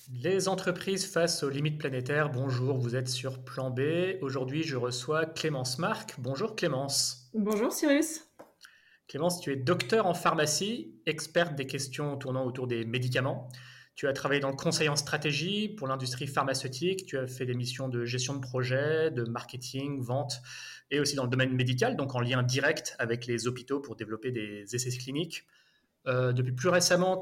Les entreprises face aux limites planétaires. Bonjour, vous êtes sur Plan B. Aujourd'hui, je reçois Clémence Marc. Bonjour Clémence. Bonjour Cyrus. Clémence, tu es docteur en pharmacie, experte des questions tournant autour des médicaments. Tu as travaillé dans le conseil en stratégie pour l'industrie pharmaceutique. Tu as fait des missions de gestion de projet, de marketing, vente et aussi dans le domaine médical, donc en lien direct avec les hôpitaux pour développer des essais cliniques. Depuis plus récemment,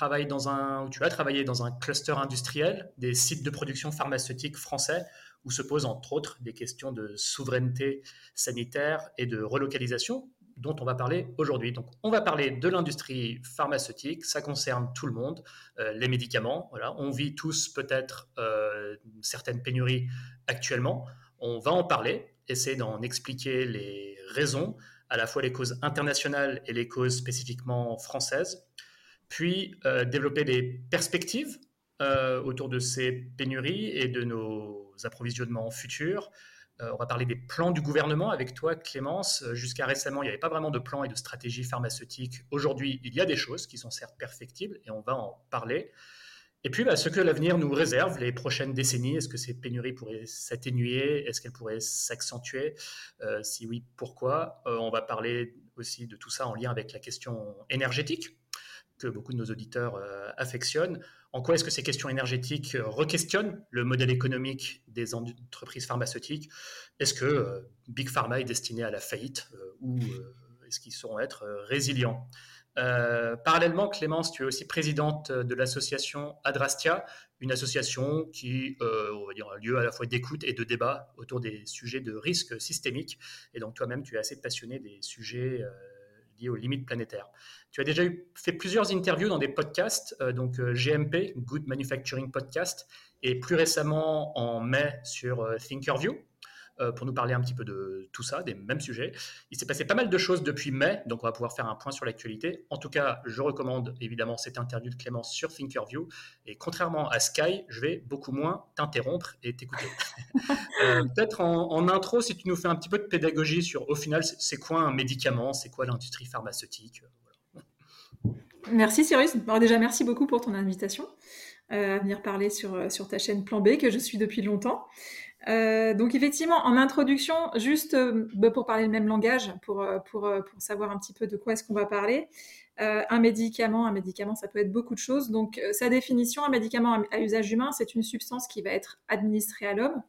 tu as travaillé dans un cluster industriel des sites de production pharmaceutique français où se posent entre autres des questions de souveraineté sanitaire et de relocalisation dont on va parler aujourd'hui. Donc, on va parler de l'industrie pharmaceutique, ça concerne tout le monde, les médicaments. Voilà, on vit tous peut-être certaines pénuries actuellement. On va en parler, essayer d'en expliquer les raisons, à la fois les causes internationales et les causes spécifiquement françaises, puis développer des perspectives autour de ces pénuries et de nos approvisionnements futurs. On va parler des plans du gouvernement avec toi, Clémence. Jusqu'à récemment, il n'y avait pas vraiment de plan et de stratégie pharmaceutique. Aujourd'hui, il y a des choses qui sont certes perfectibles et on va en parler. Et puis, ce que l'avenir nous réserve les prochaines décennies, est-ce que ces pénuries pourraient s'atténuer? Est-ce qu'elles pourraient s'accentuer? Si oui, pourquoi? On va parler aussi de tout ça en lien avec la question énergétique que beaucoup de nos auditeurs affectionnent. En quoi est-ce que ces questions énergétiques requestionnent le modèle économique des entreprises pharmaceutiques? Est-ce que Big Pharma est destiné à la faillite ou est-ce qu'ils sauront être résilients? Parallèlement, Clémence, tu es aussi présidente de l'association Adrastia, une association qui, on va dire, un lieu à la fois d'écoute et de débat autour des sujets de risque systémique. Et donc toi-même, tu es assez passionné des sujets liés aux limites planétaires. Tu as déjà fait plusieurs interviews dans des podcasts, donc GMP, Good Manufacturing Podcast, et plus récemment en mai sur Thinkerview, pour nous parler un petit peu de tout ça, des mêmes sujets. Il s'est passé pas mal de choses depuis mai, donc on va pouvoir faire un point sur l'actualité. En tout cas, je recommande évidemment cette interview de Clémence sur Thinkerview. Et contrairement à Sky, je vais beaucoup moins t'interrompre et t'écouter. Peut-être en intro, si tu nous fais un petit peu de pédagogie sur, au final, c'est quoi un médicament, c'est quoi l'industrie pharmaceutique, voilà. Merci Cyrus. Alors déjà, merci beaucoup pour ton invitation à venir parler sur ta chaîne Plan B, que je suis depuis longtemps. Donc effectivement, en introduction, juste pour parler le même langage, pour savoir un petit peu de quoi est-ce qu'on va parler. Un médicament, ça peut être beaucoup de choses. Donc sa définition, un médicament à usage humain, c'est une substance qui va être administrée à l'homme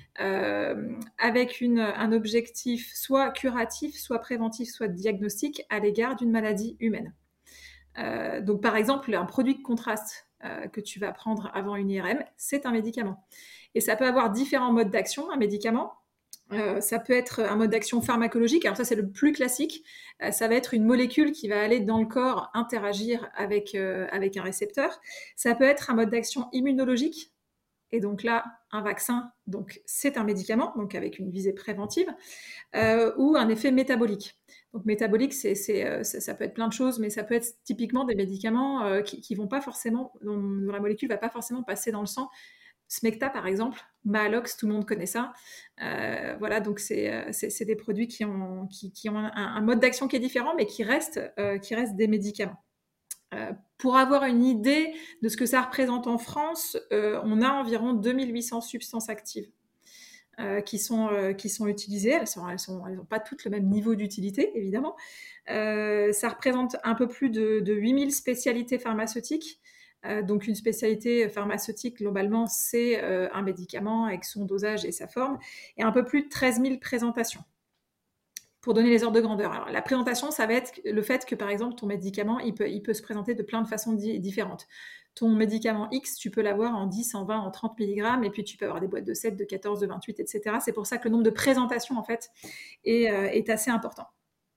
avec un objectif soit curatif, soit préventif, soit diagnostique à l'égard d'une maladie humaine. Donc par exemple, un produit de contraste que tu vas prendre avant une IRM, c'est un médicament. Et ça peut avoir différents modes d'action, un médicament. Ça peut être un mode d'action pharmacologique, alors ça c'est le plus classique, ça va être une molécule qui va aller dans le corps interagir avec un récepteur. Ça peut être un mode d'action immunologique, et donc là, un vaccin, donc c'est un médicament, donc avec une visée préventive, ou un effet métabolique. Donc métabolique, ça peut être plein de choses, mais ça peut être typiquement des médicaments qui vont pas forcément, dont la molécule va pas forcément passer dans le sang. Smecta, par exemple, Maalox, tout le monde connaît ça. Voilà, donc c'est des produits qui ont un mode d'action qui est différent, mais qui restent des médicaments. Pour avoir une idée de ce que ça représente en France, on a environ 2800 substances actives qui sont utilisées. Elles n'ont pas toutes le même niveau d'utilité, évidemment. Ça représente un peu plus de 8000 spécialités pharmaceutiques. Donc une spécialité pharmaceutique, globalement, c'est un médicament avec son dosage et sa forme, et un peu plus de 13 000 présentations. Pour donner les ordres de grandeur. Alors, la présentation, ça va être le fait que, par exemple, ton médicament, il peut se présenter de plein de façons différentes. Ton médicament X, tu peux l'avoir en 10, en 20, en 30 mg, et puis tu peux avoir des boîtes de 7, de 14, de 28, etc. C'est pour ça que le nombre de présentations, en fait, est assez important.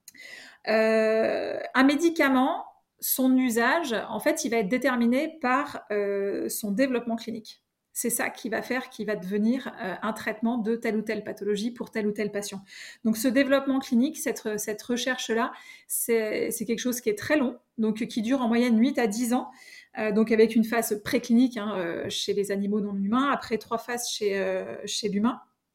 Un médicament, son usage, en fait, il va être déterminé par son développement clinique. C'est ça qui va faire qu'il va devenir un traitement de telle ou telle pathologie pour tel ou tel patient. Donc ce développement clinique, cette recherche-là, c'est quelque chose qui est très long, donc qui dure en moyenne 8 à 10 ans, donc avec une phase préclinique chez les animaux non humains, après 3 phases chez l'humain.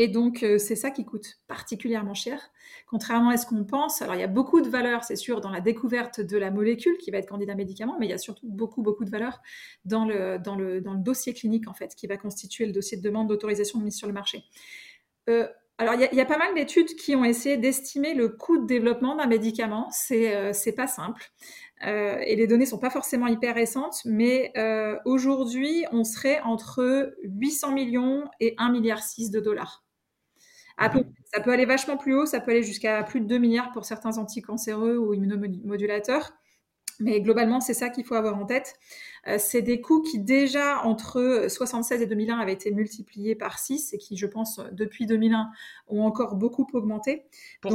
Et donc, c'est ça qui coûte particulièrement cher, contrairement à ce qu'on pense. Alors, il y a beaucoup de valeur, c'est sûr, dans la découverte de la molécule qui va être candidat médicament, mais il y a surtout beaucoup, beaucoup de valeur dans le dossier clinique, en fait, qui va constituer le dossier de demande d'autorisation de mise sur le marché. Alors, il y a pas mal d'études qui ont essayé d'estimer le coût de développement d'un médicament. C'est pas simple. Et les données sont pas forcément hyper récentes, mais aujourd'hui, on serait entre 800 millions et 1,6 milliard de dollars. Ça peut aller vachement plus haut, ça peut aller jusqu'à plus de 2 milliards pour certains anticancéreux ou immunomodulateurs. Mais globalement, c'est ça qu'il faut avoir en tête. C'est des coûts qui déjà, entre 76 et 2001, avaient été multipliés par 6 et qui, je pense, depuis 2001, ont encore beaucoup augmenté. Pourquoi ?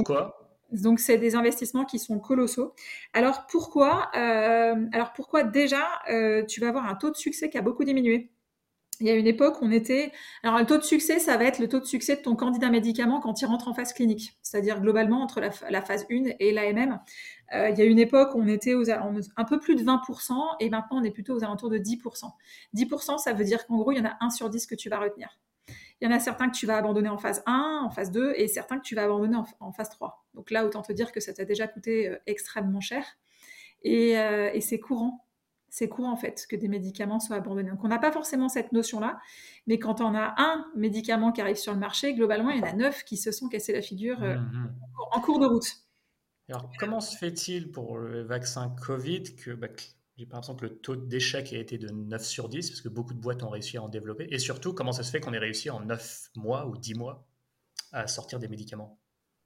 Donc, c'est des investissements qui sont colossaux. Alors, pourquoi déjà, tu vas avoir un taux de succès qui a beaucoup diminué. Il y a une époque où on était... Alors, le taux de succès, ça va être le taux de succès de ton candidat médicament quand il rentre en phase clinique. C'est-à-dire, globalement, entre la phase 1 et l'AMM. Il y a une époque où on était un peu plus de 20% et maintenant, on est plutôt aux alentours de 10%. 10%, ça veut dire qu'en gros, il y en a 1 sur 10 que tu vas retenir. Il y en a certains que tu vas abandonner en phase 1, en phase 2 et certains que tu vas abandonner en phase 3. Donc là, autant te dire que ça t'a déjà coûté extrêmement cher. Et c'est courant. C'est courant, en fait, que des médicaments soient abandonnés. Donc, on n'a pas forcément cette notion-là, mais quand on a un médicament qui arrive sur le marché, globalement, il y en a 9 qui se sont cassés la figure en cours de route. Alors, comment se fait-il pour le vaccin Covid que j'ai pas l'impression que le taux d'échec ait été de 9 sur 10, parce que beaucoup de boîtes ont réussi à en développer. Et surtout, comment ça se fait qu'on ait réussi en 9 mois ou 10 mois à sortir des médicaments ?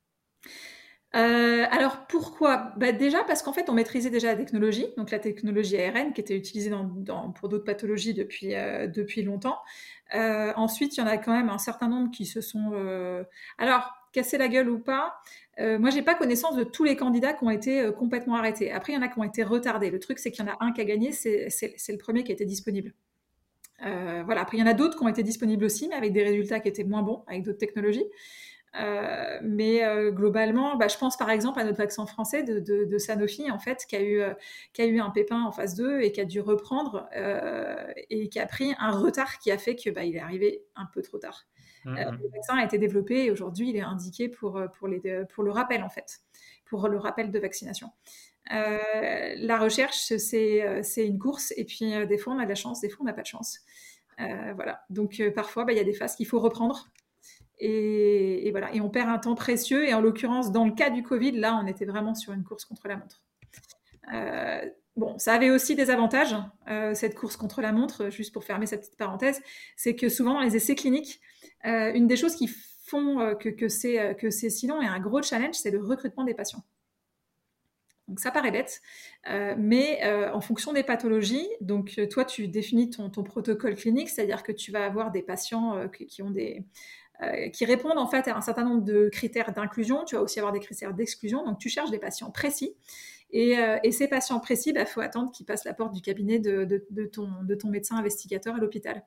Alors pourquoi? Déjà parce qu'en fait on maîtrisait déjà la technologie, donc la technologie ARN qui était utilisée pour d'autres pathologies depuis longtemps. Ensuite, il y en a quand même un certain nombre qui se sont alors cassé la gueule ou pas. Moi, j'ai pas connaissance de tous les candidats qui ont été complètement arrêtés. Après, il y en a qui ont été retardés. Le truc, c'est qu'il y en a un qui a gagné, c'est le premier qui a été disponible. Voilà. Après, il y en a d'autres qui ont été disponibles aussi, mais avec des résultats qui étaient moins bons, avec d'autres technologies. Mais globalement, je pense par exemple à notre vaccin français de Sanofi, en fait, qui a eu un pépin en phase 2 et qui a dû reprendre et qui a pris un retard qui a fait que il est arrivé un peu trop tard. Le vaccin a été développé et aujourd'hui il est indiqué pour le rappel, en fait, pour le rappel de vaccination. La recherche, c'est une course et puis des fois on a de la chance, des fois on n'a pas de chance. Voilà. Donc parfois il y a des phases qu'il faut reprendre. Et voilà, et on perd un temps précieux. Et en l'occurrence, dans le cas du Covid, là, on était vraiment sur une course contre la montre. Bon, ça avait aussi des avantages, cette course contre la montre, juste pour fermer cette petite parenthèse, c'est que souvent dans les essais cliniques, une des choses qui font que c'est sinon et un gros challenge, c'est le recrutement des patients. Donc ça paraît bête, mais en fonction des pathologies, donc toi tu définis ton protocole clinique, c'est-à-dire que tu vas avoir des patients qui répondent en fait à un certain nombre de critères d'inclusion. Tu vas aussi avoir des critères d'exclusion. Donc, tu cherches des patients précis. Et ces patients précis, faut attendre qu'ils passent la porte du cabinet de ton médecin investigateur à l'hôpital.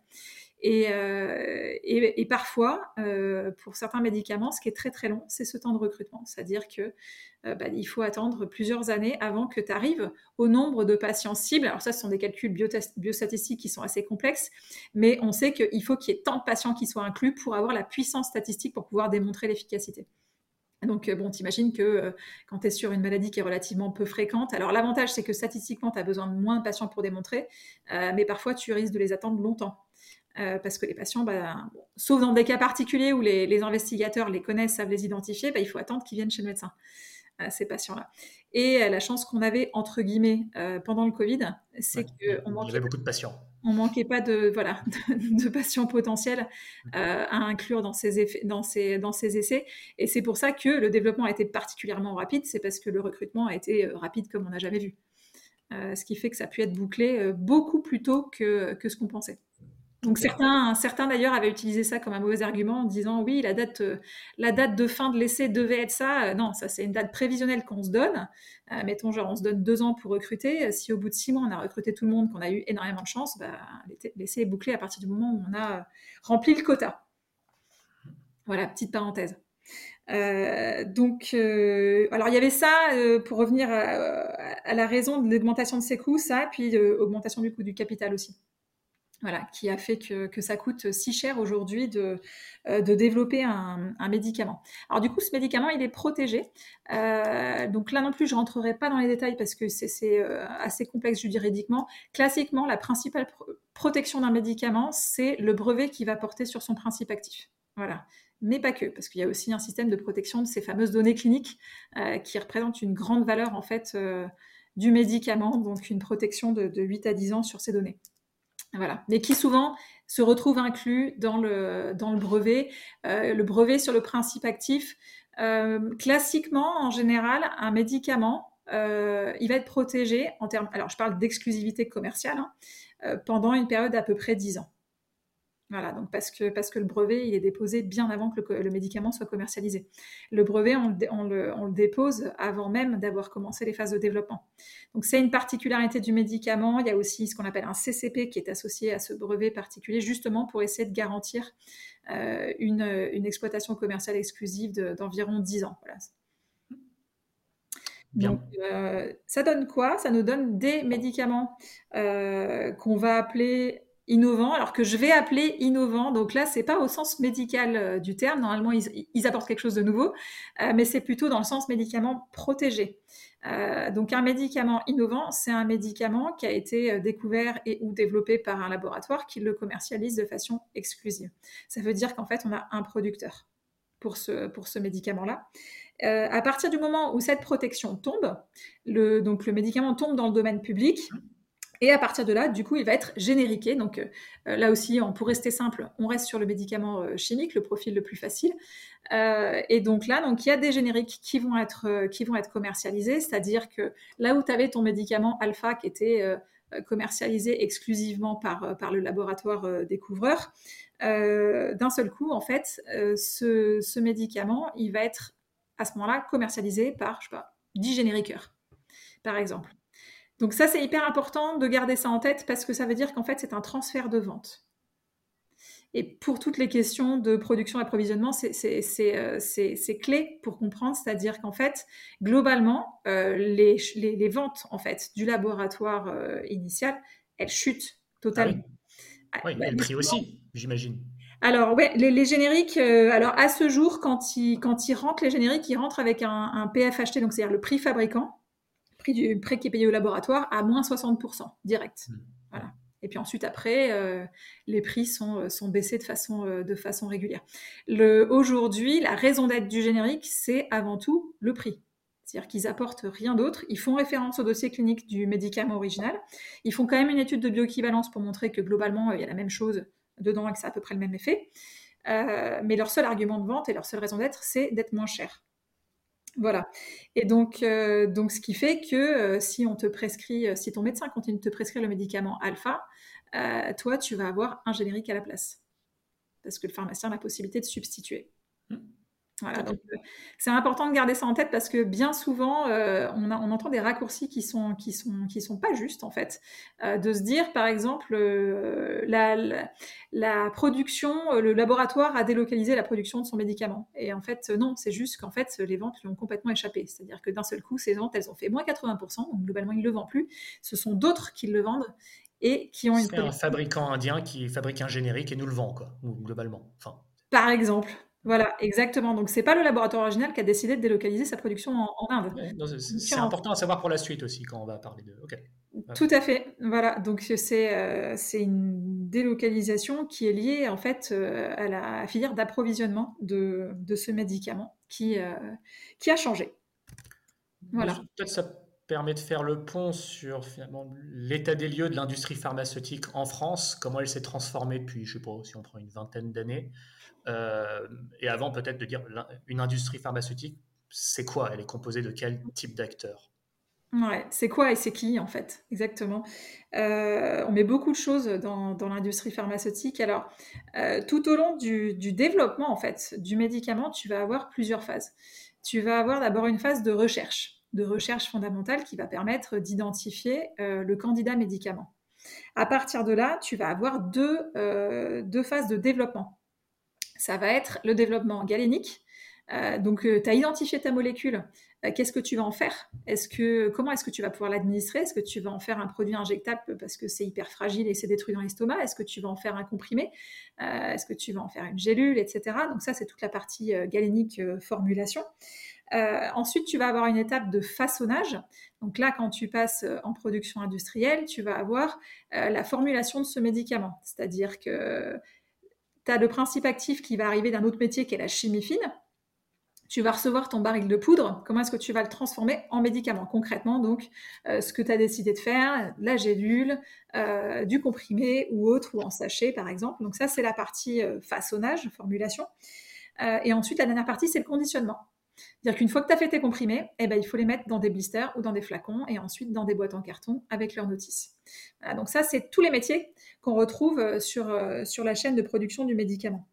Et parfois, pour certains médicaments, ce qui est très très long, c'est ce temps de recrutement. C'est-à-dire que il faut attendre plusieurs années avant que tu arrives au nombre de patients cibles. Alors ça, ce sont des calculs biostatistiques qui sont assez complexes, mais on sait qu'il faut qu'il y ait tant de patients qui soient inclus pour avoir la puissance statistique pour pouvoir démontrer l'efficacité. Donc, t'imagines que quand tu es sur une maladie qui est relativement peu fréquente, alors l'avantage, c'est que statistiquement, tu as besoin de moins de patients pour démontrer, mais parfois, tu risques de les attendre longtemps. Parce que les patients, sauf dans des cas particuliers où les investigateurs les connaissent, savent les identifier, il faut attendre qu'ils viennent chez le médecin, ces patients-là. Et la chance qu'on avait, entre guillemets, pendant le Covid, c'est qu'on manquait... Il y avait beaucoup de patients. On manquait pas de patients potentiels à inclure dans ces essais. Et c'est pour ça que le développement a été particulièrement rapide, c'est parce que le recrutement a été rapide comme on n'a jamais vu. Ce qui fait que ça a pu être bouclé beaucoup plus tôt que ce qu'on pensait. Donc certains d'ailleurs avaient utilisé ça comme un mauvais argument en disant oui, la date de fin de l'essai devait être ça. Non, ça c'est une date prévisionnelle qu'on se donne. Mettons genre on se donne 2 ans pour recruter. Si au bout de 6 mois on a recruté tout le monde, qu'on a eu énormément de chance, l'essai est bouclé à partir du moment où on a rempli le quota. Voilà, petite parenthèse. Alors il y avait ça pour revenir à la raison de l'augmentation de ces coûts, ça, puis augmentation du coût du capital aussi. Voilà, qui a fait que ça coûte si cher aujourd'hui de développer un médicament. Alors du coup, ce médicament, il est protégé. Donc là non plus, je rentrerai pas dans les détails parce que c'est assez complexe juridiquement. Classiquement, la principale protection d'un médicament, c'est le brevet qu'il va porter sur son principe actif. Voilà. Mais pas que, parce qu'il y a aussi un système de protection de ces fameuses données cliniques qui représentent une grande valeur en fait du médicament, donc une protection de 8 à 10 ans sur ces données. Voilà, mais qui souvent se retrouve inclus dans le brevet. Le brevet sur le principe actif, classiquement, en général, un médicament, il va être protégé en termes, alors je parle d'exclusivité commerciale, pendant une période d'à peu près 10 ans. Voilà, donc parce que le brevet, il est déposé bien avant que le médicament soit commercialisé. Le brevet, on le dépose avant même d'avoir commencé les phases de développement. Donc c'est une particularité du médicament. Il y a aussi ce qu'on appelle un CCP qui est associé à ce brevet particulier, justement pour essayer de garantir une exploitation commerciale exclusive d'environ 10 ans. Voilà. Bien. Donc, ça donne quoi? Ça nous donne des médicaments qu'on va appeler innovants, alors que je vais appeler innovants. Donc là, c'est pas au sens médical du terme. Normalement, ils apportent quelque chose de nouveau, mais c'est plutôt dans le sens médicament protégé. Donc un médicament innovant, c'est un médicament qui a été découvert et ou développé par un laboratoire qui le commercialise de façon exclusive. Ça veut dire qu'en fait, on a un producteur pour ce médicament-là. À partir du moment où cette protection tombe, donc le médicament tombe dans le domaine public, et à partir de là, du coup, il va être génériqué. Donc là aussi, pour rester simple, on reste sur le médicament chimique, le profil le plus facile. Et donc là, il y a des génériques qui vont être commercialisés, c'est-à-dire que là où tu avais ton médicament alpha qui était commercialisé exclusivement par le laboratoire découvreur, d'un seul coup, en fait, ce médicament, il va être à ce moment-là commercialisé par, je sais pas, 10 génériqueurs, par exemple. Donc ça, c'est hyper important de garder ça en tête parce que ça veut dire qu'en fait, c'est un transfert de vente. Et pour toutes les questions de production et approvisionnement, c'est clé pour comprendre, c'est-à-dire qu'en fait, globalement, les ventes en fait du laboratoire initial, elles chutent totalement. Ah oui, et le prix aussi, j'imagine. Alors ouais, les génériques, alors à ce jour, quand ils rentrent les génériques, ils rentrent avec un PFHT, donc c'est-à-dire le prix fabricant, prix qui est payé au laboratoire, à moins 60% direct. Voilà. Et puis ensuite, après, les prix sont baissés de façon régulière. Aujourd'hui, la raison d'être du générique, c'est avant tout le prix. C'est-à-dire qu'ils apportent rien d'autre. Ils font référence au dossier clinique du médicament original. Ils font quand même une étude de bioéquivalence pour montrer que globalement, il y a la même chose dedans et que ça a à peu près le même effet. Mais leur seul argument de vente et leur seule raison d'être, c'est d'être moins cher. Voilà. Et donc ce qui fait que si ton médecin continue de te prescrire le médicament alpha, toi, tu vas avoir un générique à la place. Parce que le pharmacien a la possibilité de substituer. Voilà, donc c'est important de garder ça en tête parce que bien souvent, on entend des raccourcis qui sont pas justes en fait. De se dire, par exemple, la production, le laboratoire a délocalisé la production de son médicament. Et en fait, non, c'est juste qu'en fait, les ventes lui ont complètement échappé. C'est-à-dire que d'un seul coup, ces ventes, elles ont fait moins 80%, donc globalement, ils ne le vendent plus. Ce sont d'autres qui le vendent et qui ont une C'est un fabricant indien qui fabrique un générique et nous le vend, quoi, globalement. Enfin, par exemple. Voilà, exactement. Donc, c'est pas le laboratoire original qui a décidé de délocaliser sa production en Inde. c'est important à savoir pour la suite aussi quand on va parler de. Ok. Tout à fait. Voilà. Donc, c'est une délocalisation qui est liée en fait à la filière d'approvisionnement de ce médicament qui a changé. Voilà. Peut-être ça permet de faire le pont sur finalement l'état des lieux de l'industrie pharmaceutique en France, comment elle s'est transformée depuis, je sais pas, si on prend une vingtaine d'années. Et avant, peut-être de dire une industrie pharmaceutique, c'est quoi? Elle est composée de quel type d'acteurs? Ouais, c'est quoi et c'est qui en fait? Exactement. On met beaucoup de choses dans l'industrie pharmaceutique. Alors, tout au long du développement en fait du médicament, tu vas avoir plusieurs phases. Tu vas avoir d'abord une phase de recherche fondamentale qui va permettre d'identifier le candidat médicament. À partir de là, tu vas avoir deux phases de développement. Ça va être le développement galénique, Donc, tu as identifié ta molécule. Qu'est-ce que tu vas en faire? Comment est-ce que tu vas pouvoir l'administrer? Est-ce que tu vas en faire un produit injectable parce que c'est hyper fragile et c'est détruit dans l'estomac? Est-ce que tu vas en faire un comprimé? Est-ce que tu vas en faire une gélule, etc. Donc ça, c'est toute la partie galénique formulation. Ensuite, tu vas avoir une étape de façonnage. Donc là, quand tu passes en production industrielle, tu vas avoir la formulation de ce médicament. C'est-à-dire que tu as le principe actif qui va arriver d'un autre métier qui est la chimie fine. Tu vas recevoir ton baril de poudre. Comment est-ce que tu vas le transformer en médicament? Concrètement, donc, ce que tu as décidé de faire, la gélule, du comprimé ou autre, ou en sachet, par exemple. Donc ça, c'est la partie façonnage, formulation. Et ensuite, la dernière partie, c'est le conditionnement. C'est-à-dire qu'une fois que tu as fait tes comprimés, il faut les mettre dans des blisters ou dans des flacons et ensuite dans des boîtes en carton avec leur notice. Voilà, donc ça, c'est tous les métiers qu'on retrouve sur la chaîne de production du médicament.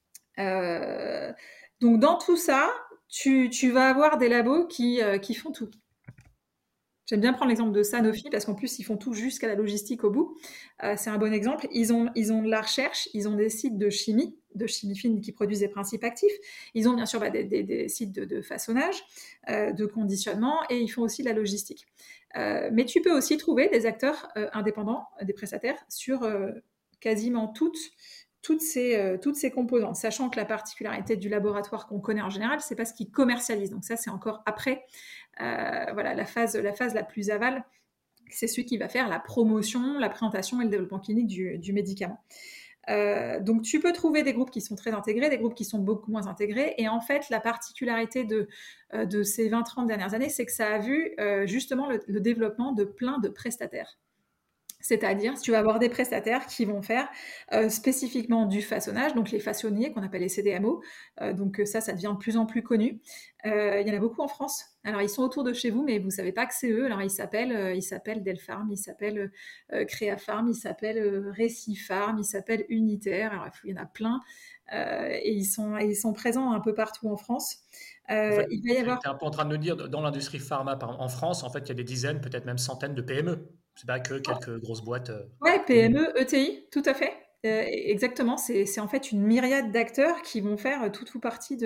Donc dans tout ça, tu vas avoir des labos qui font tout. J'aime bien prendre l'exemple de Sanofi parce qu'en plus ils font tout jusqu'à la logistique au bout. C'est un bon exemple. Ils ont de la recherche, ils ont des sites de chimie fine qui produisent des principes actifs. Ils ont bien sûr des sites de façonnage, de conditionnement et ils font aussi de la logistique. Mais tu peux aussi trouver des acteurs indépendants, des prestataires sur quasiment toutes ces composantes, sachant que la particularité du laboratoire qu'on connaît en général, c'est pas ce qu'ils commercialisent. Donc ça, c'est encore après. Voilà, la phase la plus aval, c'est celui qui va faire la promotion, la présentation et le développement clinique du médicament. Donc tu peux trouver des groupes qui sont très intégrés, des groupes qui sont beaucoup moins intégrés. Et en fait, la particularité de ces 20-30 dernières années, c'est que ça a vu justement le développement de plein de prestataires. C'est-à-dire, tu vas avoir des prestataires qui vont faire spécifiquement du façonnage, donc les façonniers qu'on appelle les CDMO. Donc ça devient de plus en plus connu. Il y en a beaucoup en France. Alors ils sont autour de chez vous, mais vous ne savez pas que c'est eux. Alors ils s'appellent Delpharm, ils s'appellent Créapharm, ils s'appellent Récipharm, ils s'appellent Unitaire. Alors il y en a plein. Et ils sont présents un peu partout en France. En fait, Il va y tu avoir... es un peu en train de nous dire, dans l'industrie pharma en France, en fait, il y a des dizaines, peut-être même centaines de PME. C'est pas que quelques grosses boîtes Ouais, connues. PME, ETI, tout à fait. Exactement, c'est en fait une myriade d'acteurs qui vont faire tout partie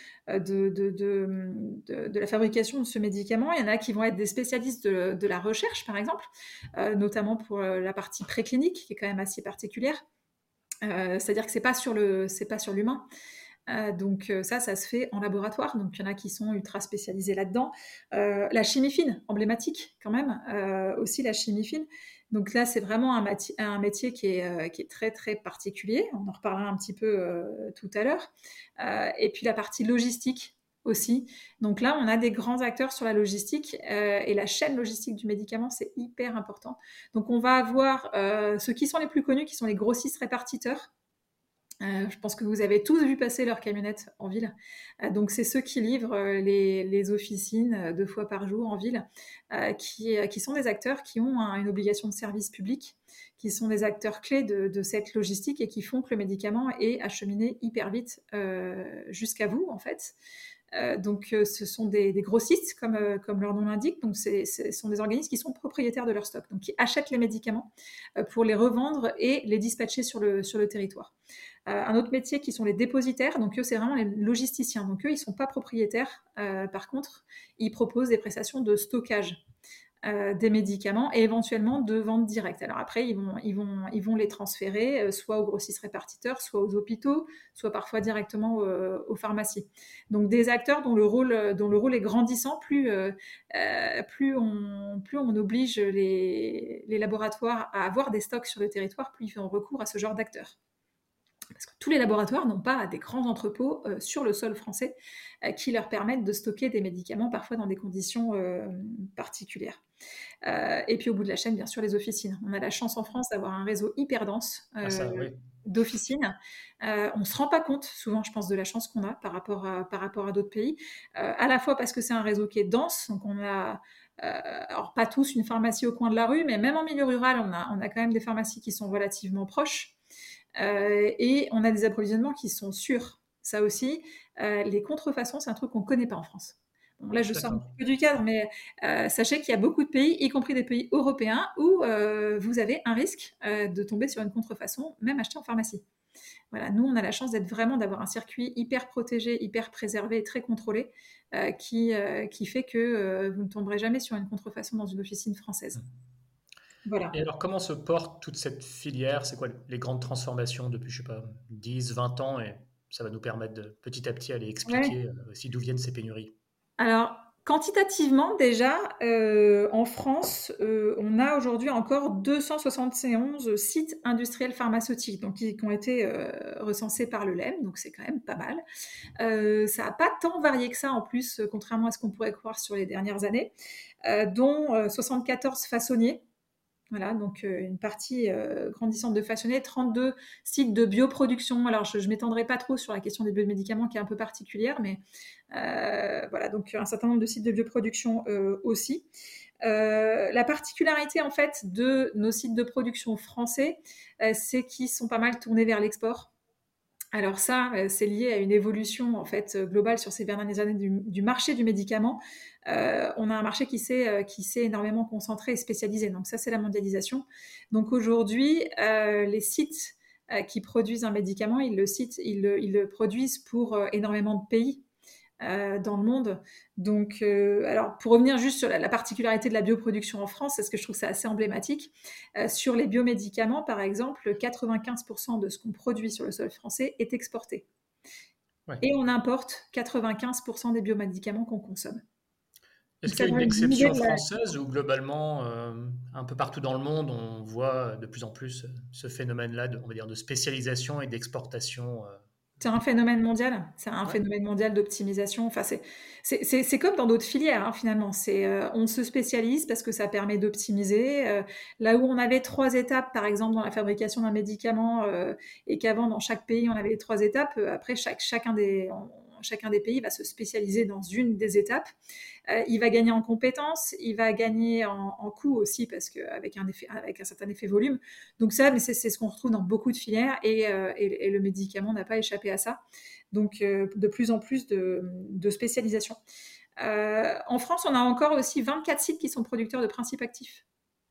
de la fabrication de ce médicament. Il y en a qui vont être des spécialistes de la recherche, par exemple, notamment pour la partie préclinique, qui est quand même assez particulière. C'est-à-dire que c'est pas sur l'humain. Donc ça se fait en laboratoire. Donc il y en a qui sont ultra spécialisés là-dedans. La chimie fine, emblématique quand même, aussi la chimie fine. Donc là, c'est vraiment un métier qui est très très particulier. On en reparlera un petit peu tout à l'heure. Et puis la partie logistique aussi. Donc là, on a des grands acteurs sur la logistique et la chaîne logistique du médicament, c'est hyper important. Donc on va avoir ceux qui sont les plus connus, qui sont les grossistes répartiteurs. Je pense que vous avez tous vu passer leurs camionnettes en ville. Donc, c'est ceux qui livrent les officines 2 fois par jour en ville, qui sont des acteurs qui ont une obligation de service public, qui sont des acteurs clés de cette logistique et qui font que le médicament est acheminé hyper vite jusqu'à vous, en fait. Donc, ce sont des grossistes, comme leur nom l'indique. Donc, ce sont des organismes qui sont propriétaires de leur stock, donc qui achètent les médicaments pour les revendre et les dispatcher sur le territoire. Un autre métier qui sont les dépositaires, donc eux c'est vraiment les logisticiens, donc eux ils ne sont pas propriétaires, par contre ils proposent des prestations de stockage des médicaments et éventuellement de vente directe. Alors après ils vont les transférer soit aux grossistes répartiteurs, soit aux hôpitaux, soit parfois directement aux pharmacies. Donc des acteurs dont le rôle est grandissant, plus on oblige les laboratoires à avoir des stocks sur le territoire, plus ils font recours à ce genre d'acteurs. Parce que tous les laboratoires n'ont pas des grands entrepôts sur le sol français qui leur permettent de stocker des médicaments, parfois dans des conditions particulières. Et puis au bout de la chaîne, bien sûr, les officines. On a la chance en France d'avoir un réseau hyper dense Oui. d'officines. On ne se rend pas compte, souvent, je pense, de la chance qu'on a par rapport à d'autres pays. À la fois parce que c'est un réseau qui est dense, donc on a... alors pas tous une pharmacie au coin de la rue, mais même en milieu rural, on a quand même des pharmacies qui sont relativement proches. Et on a des approvisionnements qui sont sûrs. Ça aussi, les contrefaçons, c'est un truc qu'on ne connaît pas en France. Bon, là, je sors un petit peu du cadre, mais sachez qu'il y a beaucoup de pays, y compris des pays européens, où vous avez un risque de tomber sur une contrefaçon, même achetée en pharmacie. Voilà, nous, on a la chance d'avoir un circuit hyper protégé, hyper préservé, très contrôlé, qui fait que vous ne tomberez jamais sur une contrefaçon dans une officine française. Et Voilà. alors, comment se porte toute cette filière? C'est quoi les grandes transformations depuis, je sais pas, 10, 20 ans? Et ça va nous permettre de petit à petit aller Ouais. expliquer aussi d'où viennent ces pénuries. Alors, quantitativement, déjà, en France, on a aujourd'hui encore 271 sites industriels pharmaceutiques, donc qui ont été recensés par le LEM, donc c'est quand même pas mal. Ça n'a pas tant varié que ça en plus, contrairement à ce qu'on pourrait croire sur les dernières années, dont 74 façonniers. Voilà, donc une partie grandissante de façonniers, 32 sites de bioproduction. Alors, je ne m'étendrai pas trop sur la question des biomédicaments qui est un peu particulière, mais voilà, donc un certain nombre de sites de bioproduction aussi. La particularité en fait de nos sites de production français, c'est qu'ils sont pas mal tournés vers l'export. Alors ça, c'est lié à une évolution en fait globale sur ces dernières années du marché du médicament. On a un marché qui s'est énormément concentré et spécialisé. Donc ça, c'est la mondialisation. Donc aujourd'hui, les sites qui produisent un médicament, ils le produisent pour énormément de pays dans le monde. Donc, alors pour revenir juste sur la particularité de la bioproduction en France, parce que je trouve que c'est assez emblématique, sur les biomédicaments, par exemple, 95% de ce qu'on produit sur le sol français est exporté. Ouais. Et on importe 95% des biomédicaments qu'on consomme. Est-ce Donc qu'il ça y a une donne une idée exception de la... française ou globalement, un peu partout dans le monde, on voit de plus en plus ce phénomène-là on va dire, de spécialisation et d'exportation? C'est un phénomène mondial, c'est un Ouais. phénomène mondial d'optimisation. Enfin, c'est comme dans d'autres filières, hein, finalement. On se spécialise parce que ça permet d'optimiser. Là où on avait 3 étapes, par exemple, dans la fabrication d'un médicament, et qu'avant, dans chaque pays, on avait les 3 étapes, après, chacun des pays va se spécialiser dans une des étapes. Il va gagner en compétences, il va gagner en coût aussi, parce qu'avec avec un certain effet volume. Donc ça, mais c'est ce qu'on retrouve dans beaucoup de filières, et le médicament n'a pas échappé à ça. Donc de plus en plus de spécialisation. En France, on a encore aussi 24 sites qui sont producteurs de principes actifs.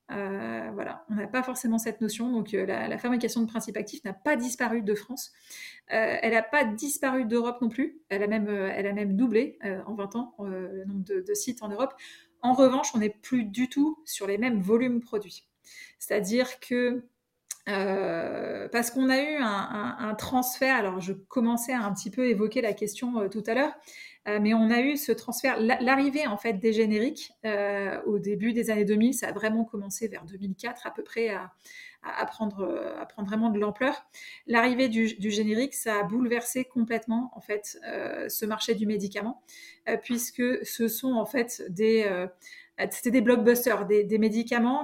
Voilà, on n'a pas forcément cette notion. Donc la fabrication de principes actifs n'a pas disparu de France. Elle n'a pas disparu d'Europe non plus. Elle a même doublé en 20 ans le nombre de sites en Europe. En revanche, on n'est plus du tout sur les mêmes volumes produits. C'est-à-dire que parce qu'on a eu un transfert, alors je commençais à un petit peu évoquer la question tout à l'heure, mais on a eu ce transfert, l'arrivée en fait des génériques au début des années 2000, ça a vraiment commencé vers 2004 à peu près à prendre vraiment de l'ampleur. L'arrivée du générique, ça a bouleversé complètement en fait ce marché du médicament, puisque ce sont en fait c'était des blockbusters, des médicaments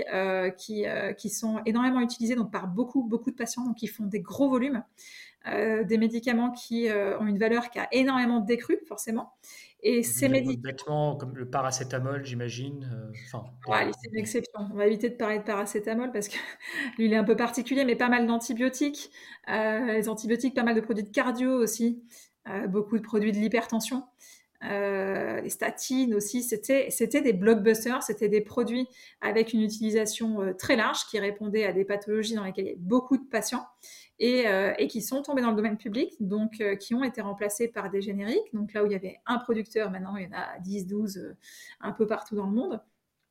qui sont énormément utilisés donc par beaucoup de patients, donc qui font des gros volumes, des médicaments qui ont une valeur qui a énormément décru forcément. Et ces médicaments, Bêtement, comme le paracétamol, j'imagine. Enfin, allez, c'est une exception. On va éviter de parler de paracétamol parce que lui, il est un peu particulier, mais pas mal d'antibiotiques. Les antibiotiques, pas mal de produits de cardio aussi, beaucoup de produits de l'hypertension. Les statines aussi, c'était des blockbusters, c'était des produits avec une utilisation très large qui répondaient à des pathologies dans lesquelles il y avait beaucoup de patients et qui sont tombés dans le domaine public, donc qui ont été remplacés par des génériques. Donc là où il y avait un producteur, maintenant il y en a 10, 12 un peu partout dans le monde.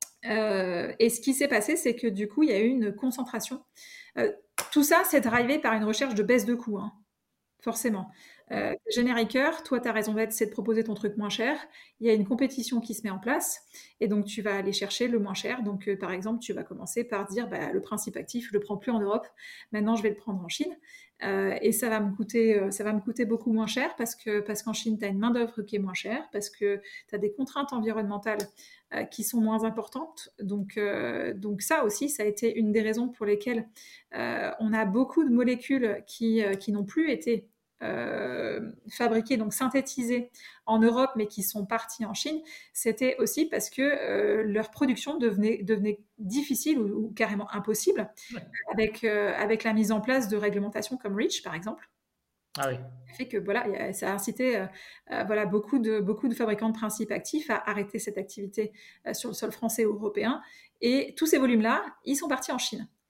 Et ce qui s'est passé, c'est que du coup, il y a eu une concentration. Euh, Tout ça, c'est drivé par une recherche de baisse de coûts, hein, forcément. Génériqueur, toi, ta raison d'être, c'est de proposer ton truc moins cher. Il y a une compétition qui se met en place, et donc tu vas aller chercher le moins cher. Donc, par exemple, tu vas commencer par dire, bah, le principe actif, je le prends plus en Europe. Maintenant, je vais le prendre en Chine, et ça va me coûter beaucoup moins cher parce qu'en Chine, tu as une main d'œuvre qui est moins chère, parce que tu as des contraintes environnementales qui sont moins importantes. Donc ça aussi, ça a été une des raisons pour lesquelles on a beaucoup de molécules qui n'ont plus été fabriquées, donc synthétisées en Europe, mais qui sont parties en Chine. C'était aussi parce que leur production devenait difficile ou carrément impossible ouais. avec la mise en place de réglementations comme REACH, par exemple. Ah oui. Fait que voilà, ça a incité voilà, beaucoup de fabricants de principes actifs à arrêter cette activité sur le sol français ou européen. Et tous ces volumes-là, ils sont partis en Chine.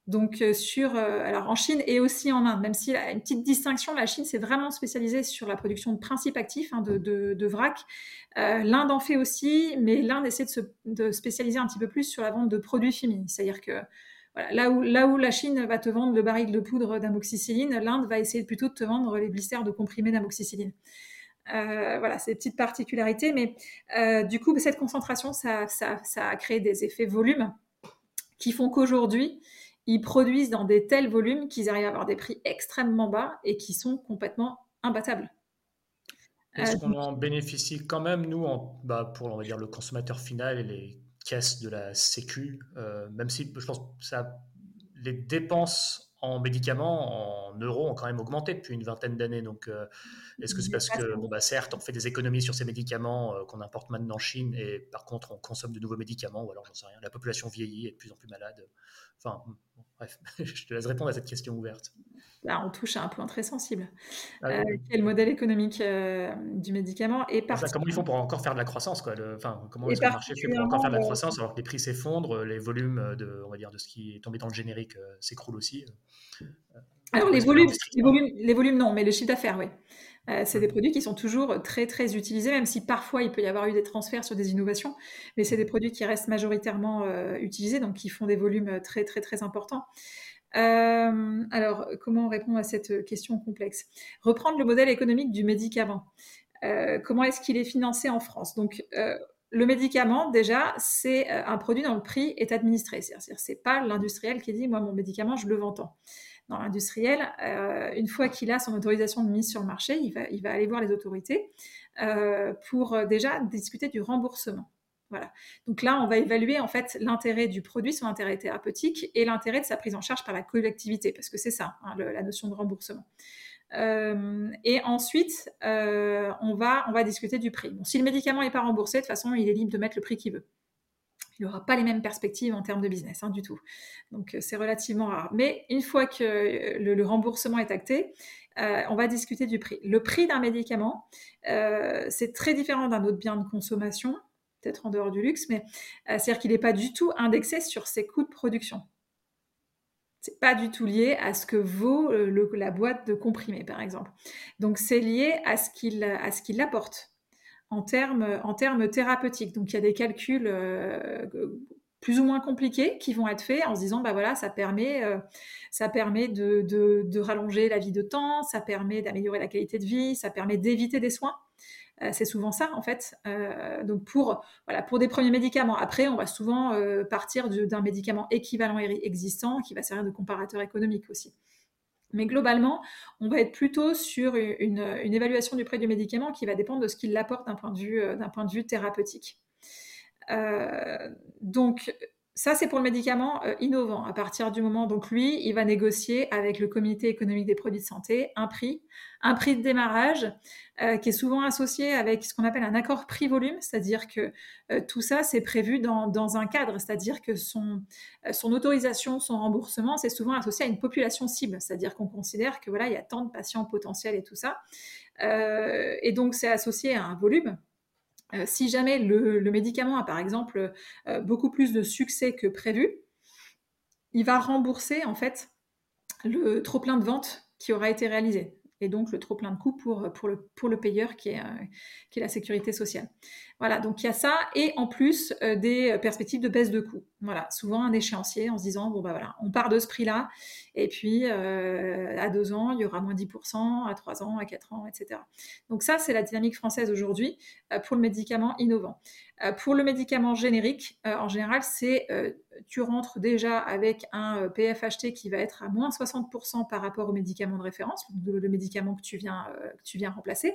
Donc, alors en Chine et aussi en Inde, même s'il y a une petite distinction, la Chine s'est vraiment spécialisée sur la production de principes actifs, de vrac. L'Inde en fait aussi, mais l'Inde essaie de spécialiser un petit peu plus sur la vente de produits finis. C'est-à-dire que voilà, là où la Chine va te vendre le baril de poudre d'amoxicilline, l'Inde va essayer plutôt de te vendre les blisters de comprimés d'amoxicilline. Voilà, c'est des petites particularités, mais du coup, cette concentration, ça a créé des effets volume qui font qu'aujourd'hui, ils produisent dans des tels volumes qu'ils arrivent à avoir des prix extrêmement bas et qui sont complètement imbattables. Est-ce qu'on en bénéficie quand même, nous, pour, on va dire, le consommateur final et les caisses de la Sécu, même si je pense que les dépenses en médicaments, en euros, ont quand même augmenté depuis une vingtaine d'années. Donc, est-ce que c'est parce que, certes, on fait des économies sur ces médicaments qu'on importe maintenant en Chine, et par contre, on consomme de nouveaux médicaments, ou alors, j'en sais rien, la population vieillit et est de plus en plus malade. Enfin, bref, je te laisse répondre à cette question ouverte. Là, on touche à un point très sensible, Oui. qui est le modèle économique du médicament. Comment ils font pour encore faire de la croissance, quoi, comment et est-ce que le marché fait pour encore faire de la particulièrement, croissance alors que les prix s'effondrent, les volumes on va dire, de ce qui est tombé dans le générique s'écroulent aussi. alors Pourquoi est-ce que l'industrie les volumes non, mais le chiffre d'affaires, oui. C'est des produits qui sont toujours très, très utilisés, même si parfois il peut y avoir eu des transferts sur des innovations, mais c'est des produits qui restent majoritairement utilisés, donc qui font des volumes très, très, très importants. Alors, comment répondre à cette question complexe? Reprendre le modèle économique du médicament. Comment est-ce qu'il est financé en France? Donc, le médicament, déjà, c'est un produit dont le prix est administré. C'est-à-dire, c'est pas l'industriel qui dit, moi, mon médicament, je le vends tant. Dans l'industriel, une fois qu'il a son autorisation de mise sur le marché, il va aller voir les autorités pour déjà discuter du remboursement. Voilà. Donc là, on va évaluer en fait l'intérêt du produit, son intérêt thérapeutique et l'intérêt de sa prise en charge par la collectivité, parce que c'est ça, la notion de remboursement. Et ensuite, on va discuter du prix. Bon, si le médicament n'est pas remboursé, de toute façon, il est libre de mettre le prix qu'il veut. Il n'aura pas les mêmes perspectives en termes de business, du tout. Donc, c'est relativement rare. Mais une fois que le remboursement est acté, on va discuter du prix. Le prix d'un médicament, c'est très différent d'un autre bien de consommation, peut-être en dehors du luxe, mais c'est-à-dire qu'il n'est pas du tout indexé sur ses coûts de production. C'est pas du tout lié à ce que vaut la boîte de comprimés, par exemple. Donc, c'est lié à ce qu'il apporte en termes thérapeutiques. Donc, il y a des calculs plus ou moins compliqués qui vont être faits en se disant, bah voilà, ça permet de rallonger la vie de temps, ça permet d'améliorer la qualité de vie, ça permet d'éviter des soins. C'est souvent ça, en fait. Donc, pour des premiers médicaments. Après, on va souvent partir d'un médicament équivalent existant qui va servir de comparateur économique aussi. Mais globalement, on va être plutôt sur une évaluation du prix du médicament qui va dépendre de ce qu'il apporte d'un point de vue thérapeutique. Donc, ça, c'est pour le médicament innovant. À partir du moment, donc lui, il va négocier avec le Comité économique des produits de santé un prix de démarrage qui est souvent associé avec ce qu'on appelle un accord prix-volume, c'est-à-dire que tout ça, c'est prévu dans un cadre, c'est-à-dire que son autorisation, son remboursement, c'est souvent associé à une population cible, c'est-à-dire qu'on considère que voilà, il y a tant de patients potentiels et tout ça. Et donc, c'est associé à un volume. Si jamais le médicament a par exemple beaucoup plus de succès que prévu, il va rembourser en fait le trop-plein de ventes qui aura été réalisé et donc le trop-plein de coûts pour le payeur qui est la sécurité sociale. Voilà, donc il y a ça et en plus des perspectives de baisse de coûts. Voilà, souvent un échéancier en se disant, bon bah voilà, on part de ce prix-là et puis à 2 ans, il y aura moins 10%, à 3 ans, à 4 ans, etc. Donc ça, c'est la dynamique française aujourd'hui pour le médicament innovant. Pour le médicament générique, en général, tu rentres déjà avec un PFHT qui va être à moins 60% par rapport au médicament de référence, le médicament que tu viens remplacer.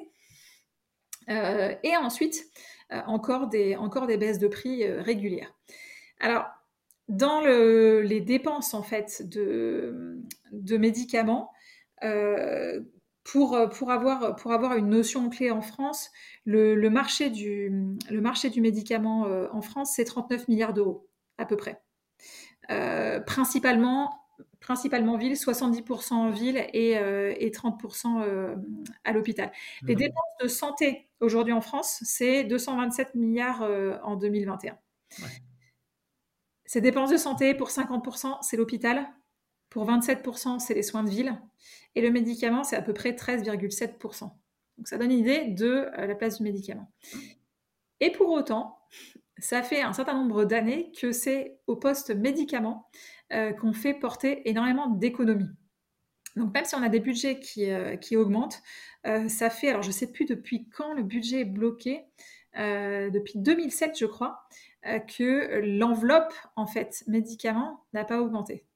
Et ensuite, encore des baisses de prix régulières. Alors, dans les dépenses en fait de médicaments, pour avoir une notion clé en France, le marché du médicament en France, c'est 39 milliards d'euros à peu près. Principalement ville, 70% en ville et 30% à l'hôpital. Les dépenses de santé aujourd'hui en France, c'est 227 milliards en 2021. Ouais. Ces dépenses de santé, pour 50%, c'est l'hôpital. pour 27%, c'est les soins de ville. Et le médicament, c'est à peu près 13,7%. Donc ça donne une idée de la place du médicament. Et pour autant, ça fait un certain nombre d'années que c'est au poste médicament qu'on fait porter énormément d'économies. Donc même si on a des budgets qui augmentent, ça fait, alors je ne sais plus depuis quand le budget est bloqué, depuis 2007 je crois, que l'enveloppe en fait médicaments n'a pas augmenté.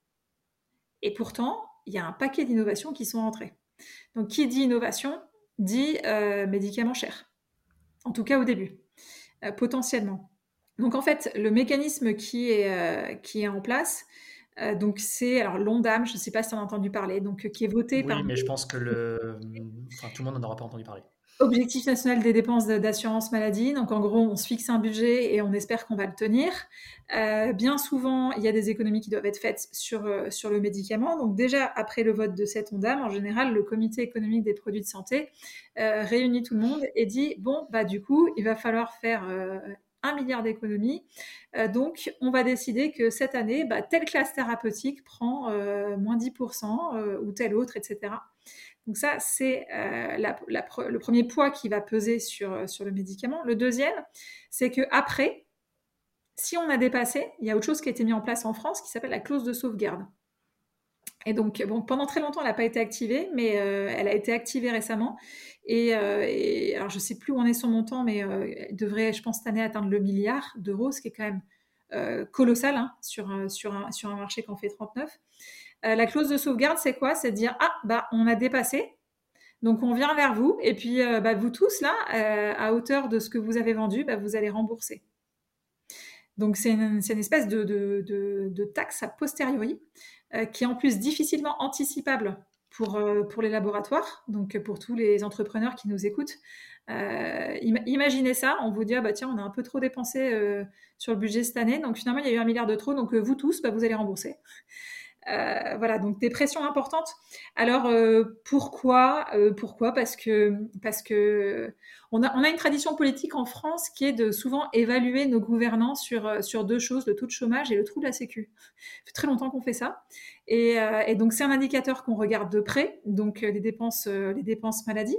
Et pourtant, il y a un paquet d'innovations qui sont rentrées. Donc qui dit innovation dit médicaments chers, en tout cas au début, potentiellement. Donc en fait, le mécanisme qui est en place, donc c'est alors l'ONDAM, je ne sais pas si tu en as entendu parler, donc qui est voté par Oui, mais je pense que enfin, tout le monde n'en aura pas entendu parler. Objectif national des dépenses d'assurance maladie. Donc en gros, on se fixe un budget et on espère qu'on va le tenir. Bien souvent, il y a des économies qui doivent être faites sur le médicament. Donc déjà, après le vote de cette ONDAM, en général, le comité économique des produits de santé réunit tout le monde et dit, bon, bah du coup, il va falloir faire 1 milliard d'économies. Donc, on va décider que cette année, bah, telle classe thérapeutique prend moins 10% ou telle autre, etc. Donc ça, c'est le premier poids qui va peser sur le médicament. Le deuxième, c'est qu'après, si on a dépassé, il y a autre chose qui a été mis en place en France qui s'appelle la clause de sauvegarde. Et donc, bon, pendant très longtemps, elle n'a pas été activée, mais elle a été activée récemment. Et alors, je ne sais plus où on est son montant, mais elle devrait, je pense, cette année atteindre le milliard d'euros, ce qui est quand même colossal hein, sur un marché qui en fait 39. La clause de sauvegarde, c'est quoi? C'est de dire, ah, bah, on a dépassé, donc on vient vers vous, et puis bah, vous tous, là, à hauteur de ce que vous avez vendu, bah, vous allez rembourser. Donc c'est une espèce de taxe a posteriori, qui est en plus difficilement anticipable pour les laboratoires, donc pour tous les entrepreneurs qui nous écoutent. Imaginez ça, on vous dit, ah, bah, tiens, on a un peu trop dépensé sur le budget cette année, donc finalement il y a eu 1 milliard de trop, donc vous tous, bah, vous allez rembourser. Voilà, donc des pressions importantes. Alors pourquoi Parce que on a une tradition politique en France qui est de souvent évaluer nos gouvernants sur deux choses, le taux de chômage et le trou de la Sécu. Ça fait très longtemps qu'on fait ça, et donc c'est un indicateur qu'on regarde de près, donc les dépenses maladie.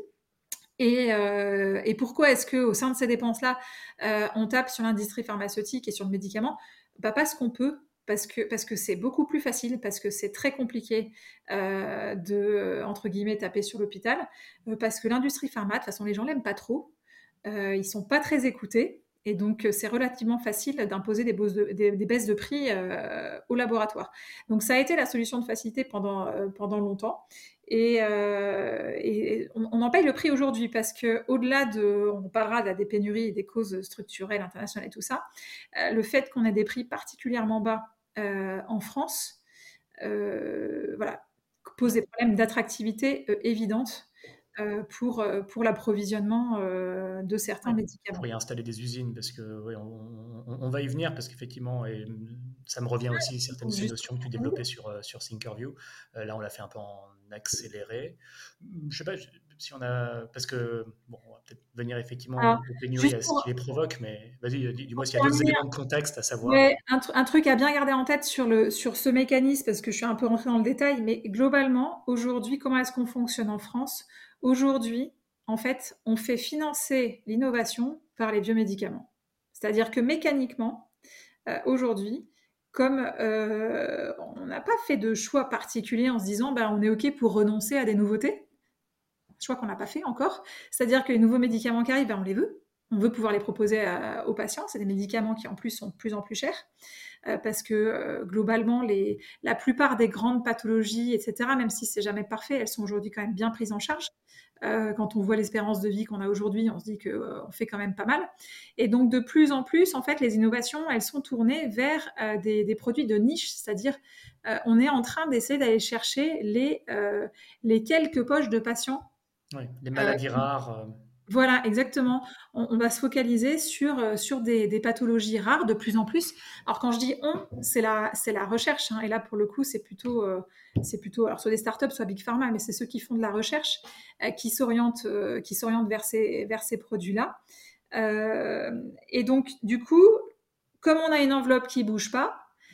Et pourquoi est-ce qu'au sein de ces dépenses-là, on tape sur l'industrie pharmaceutique et sur le médicament? Bah parce qu'on peut, parce que c'est beaucoup plus facile, parce que c'est très compliqué de, entre guillemets, taper sur l'hôpital, parce que l'industrie pharma, de toute façon, les gens l'aiment pas trop, ils sont pas très écoutés, et donc c'est relativement facile d'imposer des baisses de prix au laboratoire. Donc ça a été la solution de facilité pendant longtemps. Et on en paye le prix aujourd'hui parce que au-delà on parlera des pénuries et des causes structurelles internationales et tout ça, le fait qu'on ait des prix particulièrement bas en France, voilà, pose des problèmes d'attractivité évidentes pour l'approvisionnement de certains Ouais, médicaments. pour y installer des usines, parce que ouais, on va y venir, parce qu'effectivement, et ça me revient aussi certaines de ces Juste notions que tu développais sur Thinkerview. Là, on l'a fait un peu en accéléré. Je sais pas si on a, parce que bon, on va peut-être venir effectivement alors, aux pénuries, juste à ce qui pour, les provoque, mais vas-y, dis-moi pour s'il y a d'autres terminer, éléments de contexte à savoir. ouais, un truc à bien garder en tête sur ce mécanisme, parce que je suis un peu rentrée dans le détail, mais globalement, aujourd'hui, comment est-ce qu'on fonctionne en France? Aujourd'hui, en fait, on fait financer l'innovation par les biomédicaments. C'est-à-dire que mécaniquement, aujourd'hui, comme on n'a pas fait de choix particulier en se disant bah, on est OK pour renoncer à des nouveautés, choix qu'on n'a pas fait encore, c'est-à-dire que les nouveaux médicaments qui arrivent, ben, on les veut. On veut pouvoir les proposer aux patients. C'est des médicaments qui en plus sont de plus en plus chers parce que globalement, la plupart des grandes pathologies, etc., même si c'est jamais parfait, elles sont aujourd'hui quand même bien prises en charge. Quand on voit l'espérance de vie qu'on a aujourd'hui, on se dit qu'on fait quand même pas mal. Et donc de plus en plus, en fait, les innovations, elles sont tournées vers des produits de niche, c'est-à-dire on est en train d'essayer d'aller chercher les quelques poches de patients. Oui, les maladies rares. Voilà, exactement. On va se focaliser sur des pathologies rares de plus en plus. Alors quand je dis on, c'est la recherche, hein, et là pour le coup c'est plutôt alors soit des startups, soit Big Pharma, mais c'est ceux qui font de la recherche qui s'orientent vers ces produits-là. Et donc du coup, comme on a une enveloppe qui bouge pas,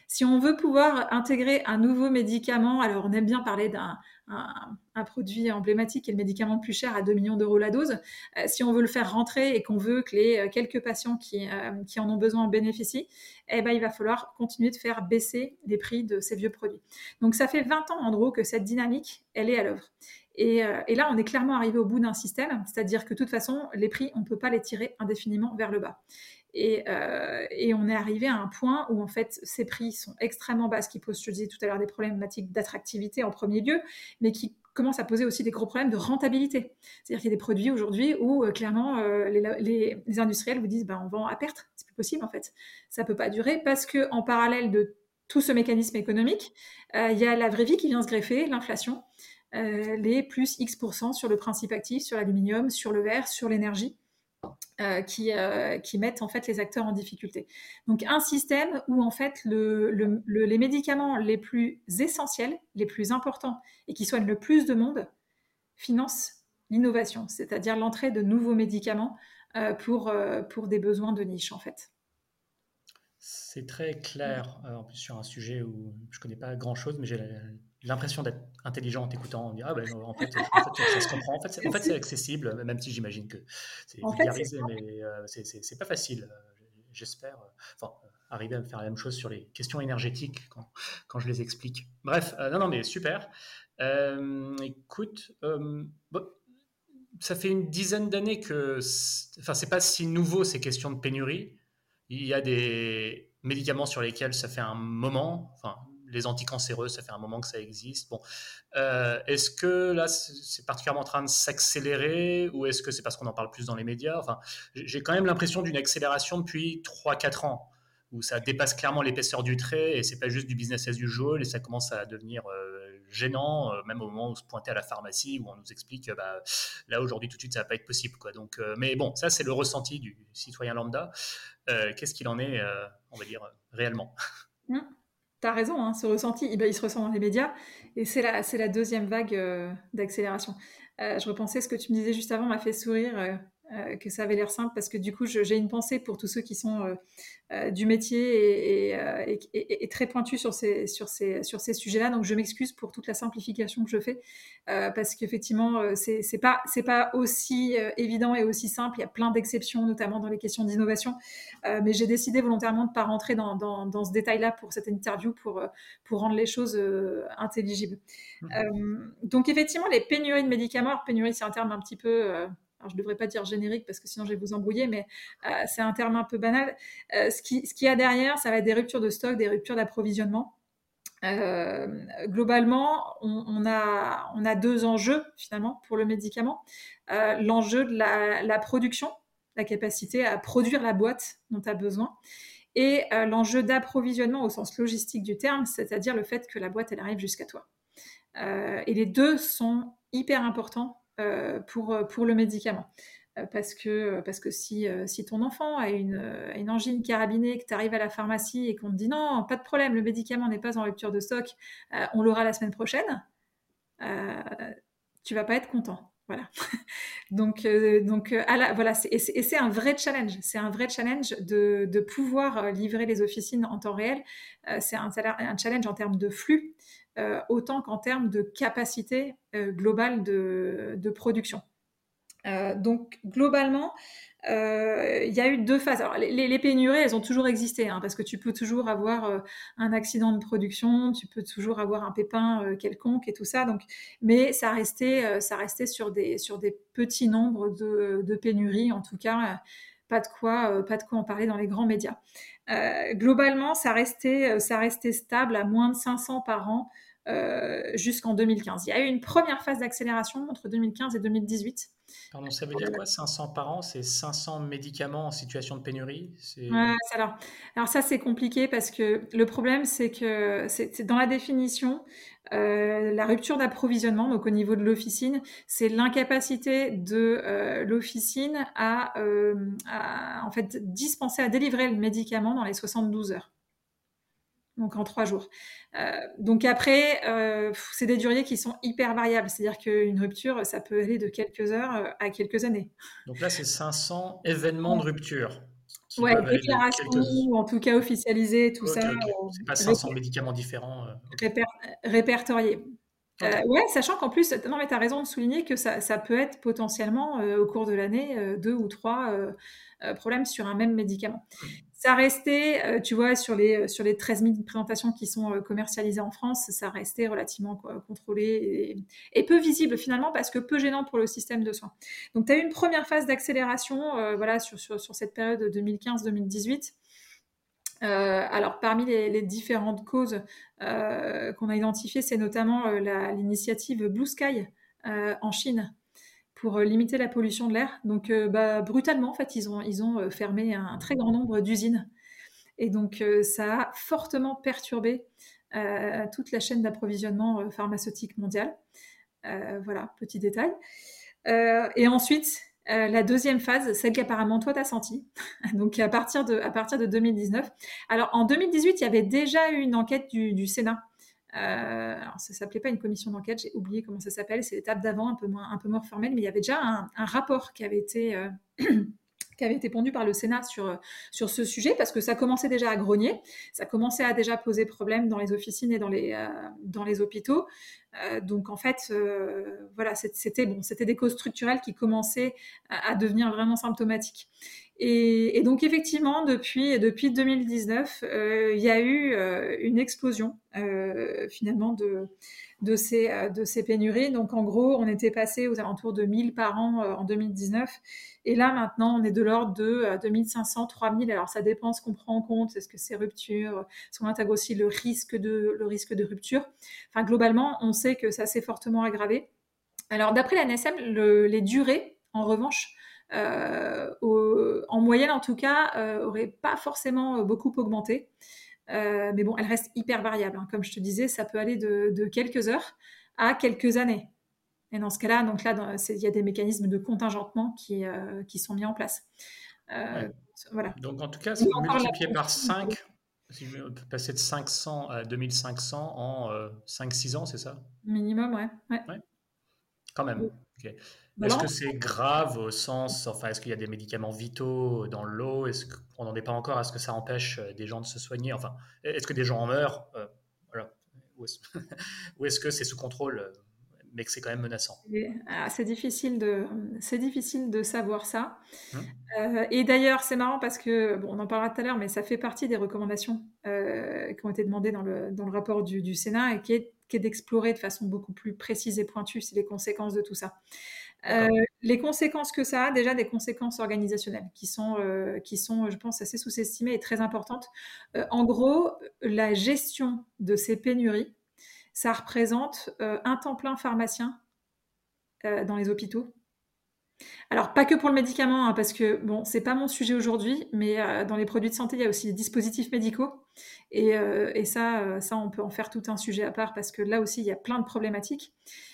Si on veut pouvoir intégrer un nouveau médicament, alors on aime bien parler un produit emblématique qui est le médicament le plus cher à 2 millions d'euros la dose. Si on veut le faire rentrer et qu'on veut que les quelques patients qui en ont besoin en bénéficient, eh ben, il va falloir continuer de faire baisser les prix de ces vieux produits. Donc ça fait 20 ans en gros que cette dynamique, elle est à l'œuvre. Et là, on est clairement arrivé au bout d'un système, c'est-à-dire que de toute façon, les prix, on ne peut pas les tirer indéfiniment vers le bas. Et on est arrivé à un point où en fait ces prix sont extrêmement bas, ce qui pose, je disais tout à l'heure, des problématiques d'attractivité en premier lieu, mais qui commence à poser aussi des gros problèmes de rentabilité. C'est-à-dire qu'il y a des produits aujourd'hui où clairement les industriels vous disent on vend à perte, c'est plus possible en fait. Ça peut pas durer parce que en parallèle de tout ce mécanisme économique, il y a la vraie vie qui vient se greffer, l'inflation, les plus X% sur le principe actif, sur l'aluminium, sur le verre, sur l'énergie. Qui mettent en fait les acteurs en difficulté. Donc un système où en fait les médicaments les plus essentiels, les plus importants et qui soignent le plus de monde financent l'innovation, c'est-à-dire l'entrée de nouveaux médicaments pour des besoins de niche en fait. C'est très clair, en plus sur un sujet où je connais pas grand-chose, mais j'ai l'impression d'être intelligent en t'écoutant. On dit, en fait, ça se comprend. En fait, c'est accessible, même si j'imagine que c'est vulgarisé, mais c'est pas facile. J'espère arriver à me faire la même chose sur les questions énergétiques quand je les explique. Bref, non, mais super. Écoute, ça fait une dizaine d'années que, c'est pas si nouveau ces questions de pénurie. Il y a des médicaments sur lesquels ça fait un moment, les anticancéreux, ça fait un moment que ça existe. Bon, est-ce que là, c'est particulièrement en train de s'accélérer ou est-ce que c'est parce qu'on en parle plus dans les médias? J'ai quand même l'impression d'une accélération depuis 3-4 ans où ça dépasse clairement l'épaisseur du trait et c'est pas juste du business as usual et ça commence à devenir gênant, même au moment où on se pointait à la pharmacie où on nous explique là aujourd'hui tout de suite ça va pas être possible quoi. Donc, mais bon, ça c'est le ressenti du citoyen lambda. Qu'est-ce qu'il en est, on va dire, réellement? T'as raison, hein, ce ressenti, il se ressent dans les médias et c'est la deuxième vague d'accélération. Je repensais ce que tu me disais juste avant, m'a fait sourire, que ça avait l'air simple parce que du coup, j'ai une pensée pour tous ceux qui sont du métier et très pointus sur ces sujets-là. Donc, je m'excuse pour toute la simplification que je fais parce qu'effectivement, c'est pas aussi évident et aussi simple. Il y a plein d'exceptions, notamment dans les questions d'innovation. Mais j'ai décidé volontairement de ne pas rentrer dans ce détail-là pour cette interview pour rendre les choses intelligibles. Donc, effectivement, les pénuries de médicaments, alors pénurie, c'est un terme un petit peu... alors je ne devrais pas dire générique parce que sinon je vais vous embrouiller, mais c'est un terme un peu banal. Ce qu'il y a derrière, ça va être des ruptures de stock, des ruptures d'approvisionnement. Globalement, on a deux enjeux finalement pour le médicament. L'enjeu de la production, la capacité à produire la boîte dont tu as besoin, et l'enjeu d'approvisionnement au sens logistique du terme, c'est-à-dire le fait que la boîte elle arrive jusqu'à toi. Et les deux sont hyper importants pour le médicament. Parce que si ton enfant a une angine carabinée, que tu arrives à la pharmacie et qu'on te dit non, pas de problème, le médicament n'est pas en rupture de stock, on l'aura la semaine prochaine, tu vas pas être content. Voilà. Donc voilà, et c'est un vrai challenge. C'est un vrai challenge de pouvoir livrer les officines en temps réel. C'est un challenge en termes de flux, autant qu'en termes de capacité globale de production. Donc globalement, il y a eu deux phases. Alors les pénuries, elles ont toujours existé, hein, parce que tu peux toujours avoir un accident de production, tu peux toujours avoir un pépin quelconque et tout ça. Donc, mais ça restait sur des petits nombres de pénuries, en tout cas. Pas de quoi en parler dans les grands médias. Globalement, ça restait stable à moins de 500 par an jusqu'en 2015. Il y a eu une première phase d'accélération entre 2015 et 2018. Pardon, ça veut dire quoi 500 par an? C'est 500 médicaments en situation de pénurie? Alors ça, c'est compliqué parce que le problème, c'est que c'est dans la définition, la rupture d'approvisionnement, donc au niveau de l'officine, c'est l'incapacité de l'officine à en fait dispenser, à délivrer le médicament dans les 72 heures. Donc en 3 jours. Donc après, c'est des durées qui sont hyper variables. C'est-à-dire qu'une rupture, ça peut aller de quelques heures à quelques années. Donc là, c'est 500 événements de rupture qui Ouais, peuvent aller de déclaration quelques... ou en tout cas officialisée, tout Ok, ça, ok. C'est pas ré 500 médicaments différents. Ok. réper répertorié. Ok. Ouais, sachant qu'en plus non mais tu as raison de souligner que ça peut être potentiellement, au cours de l'année, 2 ou 3 problèmes sur un même médicament. Ça restait, tu vois, sur les 13 000 présentations qui sont, commercialisées en France, ça restait relativement contrôlé et peu visible finalement parce que peu gênant pour le système de soins. Donc tu as eu une première phase d'accélération, voilà, sur cette période 2015-2018. Alors, parmi les différentes causes qu'on a identifiées, c'est notamment l'initiative Blue Sky en Chine pour limiter la pollution de l'air. Donc, brutalement, en fait, ils ont fermé un très grand nombre d'usines. Et donc, ça a fortement perturbé toute la chaîne d'approvisionnement pharmaceutique mondiale. Voilà, petit détail. Et ensuite, la deuxième phase, celle qu'apparemment toi, tu as sentie, donc à partir de 2019. Alors, en 2018, il y avait déjà eu une enquête du Sénat. Alors, ça ne s'appelait pas une commission d'enquête, j'ai oublié comment ça s'appelle, c'est l'étape d'avant, un peu moins formelle, mais il y avait déjà un rapport qui avait été pondu par le Sénat sur ce sujet, parce que ça commençait déjà à grogner, ça commençait à déjà poser problème dans les officines et dans les hôpitaux. Donc en fait, voilà, c'était des causes structurelles qui commençaient à devenir vraiment symptomatiques. Et donc effectivement, depuis 2019, il y a eu une explosion finalement de ces pénuries. Donc en gros, on était passé aux alentours de 1000 par an en 2019. Et là, maintenant, on est de l'ordre de 2500, 3000. Alors ça dépend ce qu'on prend en compte. Est-ce que c'est rupture? Est-ce qu'on intègre aussi le risque de rupture? Enfin, globalement, on sait que ça s'est fortement aggravé. Alors, d'après la NSM, les durées, en revanche, en moyenne en tout cas, auraient pas forcément beaucoup augmenté. Mais bon, elles restent hyper variables, hein. Comme je te disais, ça peut aller de quelques heures à quelques années. Et dans ce cas-là, donc là, il y a des mécanismes de contingentement qui sont mis en place. Ouais. Euh, voilà. Donc en tout cas, Mais encore là, multiplié par 5, si on peut passer de 500 à 2500 en 5-6 ans, c'est ça? minimum, ouais. Ouais. Ouais, quand même. Ok. Bah Est-ce là, que c'est grave au sens, enfin, est-ce qu'il y a des médicaments vitaux dans l'eau? Est-ce qu'on n'en est pas encore? Est-ce que ça empêche des gens de se soigner? Enfin, est-ce que des gens en meurent? Voilà. Ou est-ce ou est-ce que c'est sous contrôle, mais que c'est quand même menaçant? c'est difficile de savoir ça. Hmm. Et d'ailleurs, c'est marrant parce que, bon, on en parlera tout à l'heure, mais ça fait partie des recommandations qui ont été demandées dans le rapport du Sénat et qui est d'explorer de façon beaucoup plus précise et pointue c'est les conséquences de tout ça. Euh, D'accord. les conséquences que ça a, déjà des conséquences organisationnelles qui sont, je pense, assez sous-estimées et très importantes. En gros, la gestion de ces pénuries, ça représente un temps plein pharmacien dans les hôpitaux. Alors, pas que pour le médicament, hein, parce que, bon, c'est pas mon sujet aujourd'hui, mais dans les produits de santé, il y a aussi les dispositifs médicaux. Et ça, on peut en faire tout un sujet à part, parce que là aussi, il y a plein de problématiques.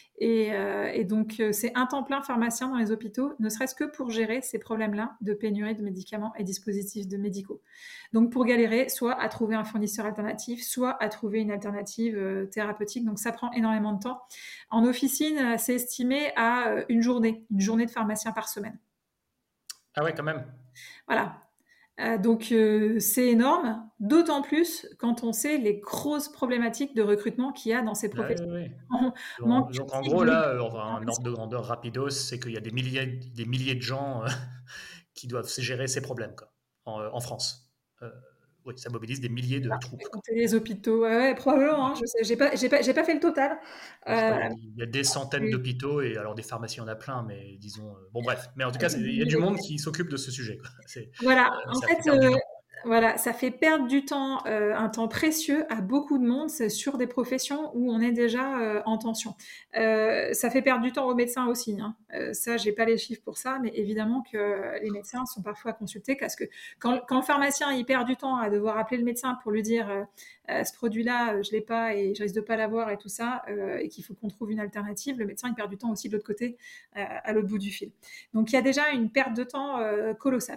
Et donc, c'est un temps plein pharmacien dans les hôpitaux, ne serait-ce que pour gérer ces problèmes-là de pénurie de médicaments et dispositifs de médicaux. Donc, pour galérer, soit à trouver un fournisseur alternatif, soit à trouver une alternative thérapeutique. Donc, ça prend énormément de temps. En officine, c'est estimé à une journée de pharmacien par semaine. Ah ouais, quand même. Voilà. Donc, c'est énorme, d'autant plus quand on sait les grosses problématiques de recrutement qu'il y a dans ces Ouais, professions. ouais, ouais. On manque Donc, en critique gros, de là, enfin, un ordre pharmaciens. de grandeur rapidos, c'est qu'il y a des milliers de gens qui doivent gérer ces problèmes, quoi, en France. Euh, oui, ça mobilise des milliers de troupes, quoi. Compter les hôpitaux, ouais, ouais, probablement, hein, je sais, j'ai pas fait le total. Je sais pas, Euh, il y a des centaines mais, d'hôpitaux et alors des pharmacies, on a plein, mais disons, bon bref. Mais en tout cas, il y a du mais monde qui s'occupe de ce sujet, quoi. voilà, en Ça fait fait, perdre du temps. voilà, ça fait perdre du temps, un temps précieux à beaucoup de monde, c'est sur des professions où on est déjà en tension. Ça fait perdre du temps aux médecins aussi, hein. Ça, j'ai pas les chiffres pour ça, mais évidemment que les médecins sont parfois consultés parce que quand le pharmacien il perd du temps à devoir appeler le médecin pour lui dire ce produit-là, je l'ai pas et je risque de pas l'avoir et tout ça, et qu'il faut qu'on trouve une alternative, le médecin il perd du temps aussi de l'autre côté, à l'autre bout du fil. Donc il y a déjà une perte de temps colossale.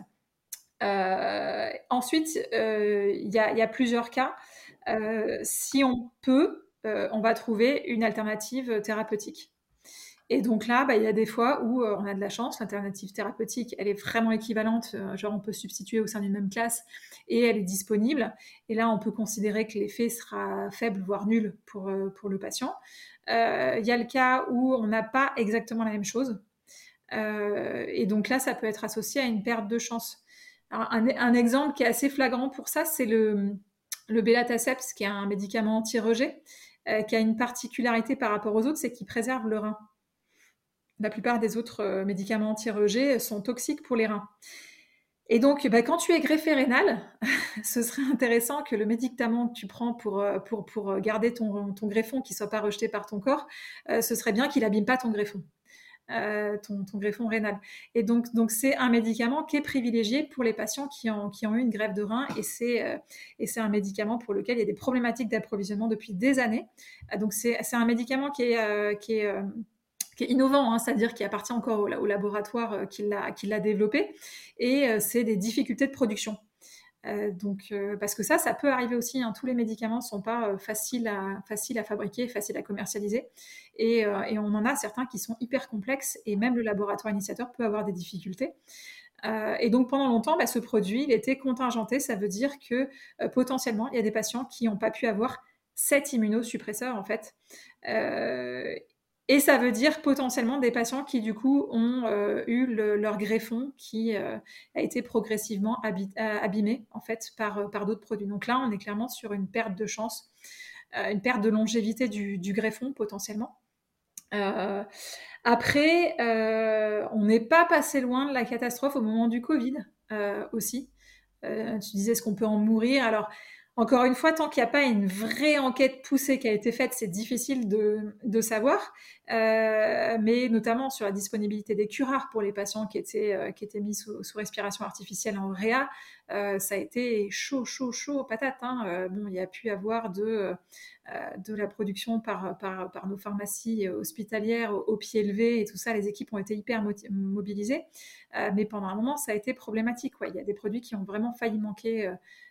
Ensuite, il y a plusieurs cas. Si on peut, on va trouver une alternative thérapeutique. Et donc là, il y a des fois où on a de la chance, l'alternative thérapeutique, elle est vraiment équivalente, genre on peut substituer au sein d'une même classe et elle est disponible. Et là, on peut considérer que l'effet sera faible, voire nul pour le patient. Il y a le cas où on n'a pas exactement la même chose. Et donc là, ça peut être associé à une perte de chance. Alors, un exemple qui est assez flagrant pour ça, c'est le Belatacept, qui est un médicament anti-rejet, qui a une particularité par rapport aux autres, c'est qu'il préserve le rein. La plupart des autres médicaments anti-rejet sont toxiques pour les reins. Et donc, quand tu es greffé rénal, ce serait intéressant que le médicament que tu prends pour garder ton greffon qui ne soit pas rejeté par ton corps, ce serait bien qu'il n'abîme pas ton greffon. Ton greffon rénal. Et donc c'est un médicament qui est privilégié pour les patients qui ont eu une greffe de rein, et c'est un médicament pour lequel il y a des problématiques d'approvisionnement depuis des années. Donc c'est un médicament qui est innovant, hein, c'est-à-dire qui appartient encore au laboratoire qui l'a développé, et c'est des difficultés de production. Parce que ça peut arriver aussi, hein. Tous les médicaments ne sont pas faciles à fabriquer, faciles à commercialiser. Et on en a certains qui sont hyper complexes, et même le laboratoire initiateur peut avoir des difficultés. Et donc pendant longtemps, ce produit, il était contingenté. Ça veut dire que potentiellement, il y a des patients qui n'ont pas pu avoir cet immunosuppresseur, en fait. Et ça veut dire potentiellement des patients qui, du coup, ont eu leur greffon qui a été progressivement abîmé, en fait, par d'autres produits. Donc là, on est clairement sur une perte de chance, une perte de longévité du greffon, potentiellement. Après, on n'est pas passé loin de la catastrophe au moment du Covid, aussi. Tu disais, est-ce qu'on peut en mourir? Alors, encore une fois, tant qu'il n'y a pas une vraie enquête poussée qui a été faite, c'est difficile de savoir. Mais notamment sur la disponibilité des curares pour les patients qui étaient mis sous respiration artificielle en réa, ça a été chaud patate, hein. Bon, il y a pu avoir de la production par nos pharmacies hospitalières au pied levé et tout ça. Les équipes ont été hyper mobilisées. Mais pendant un moment, ça a été problématique. Ouais. Il y a des produits qui ont vraiment failli manquer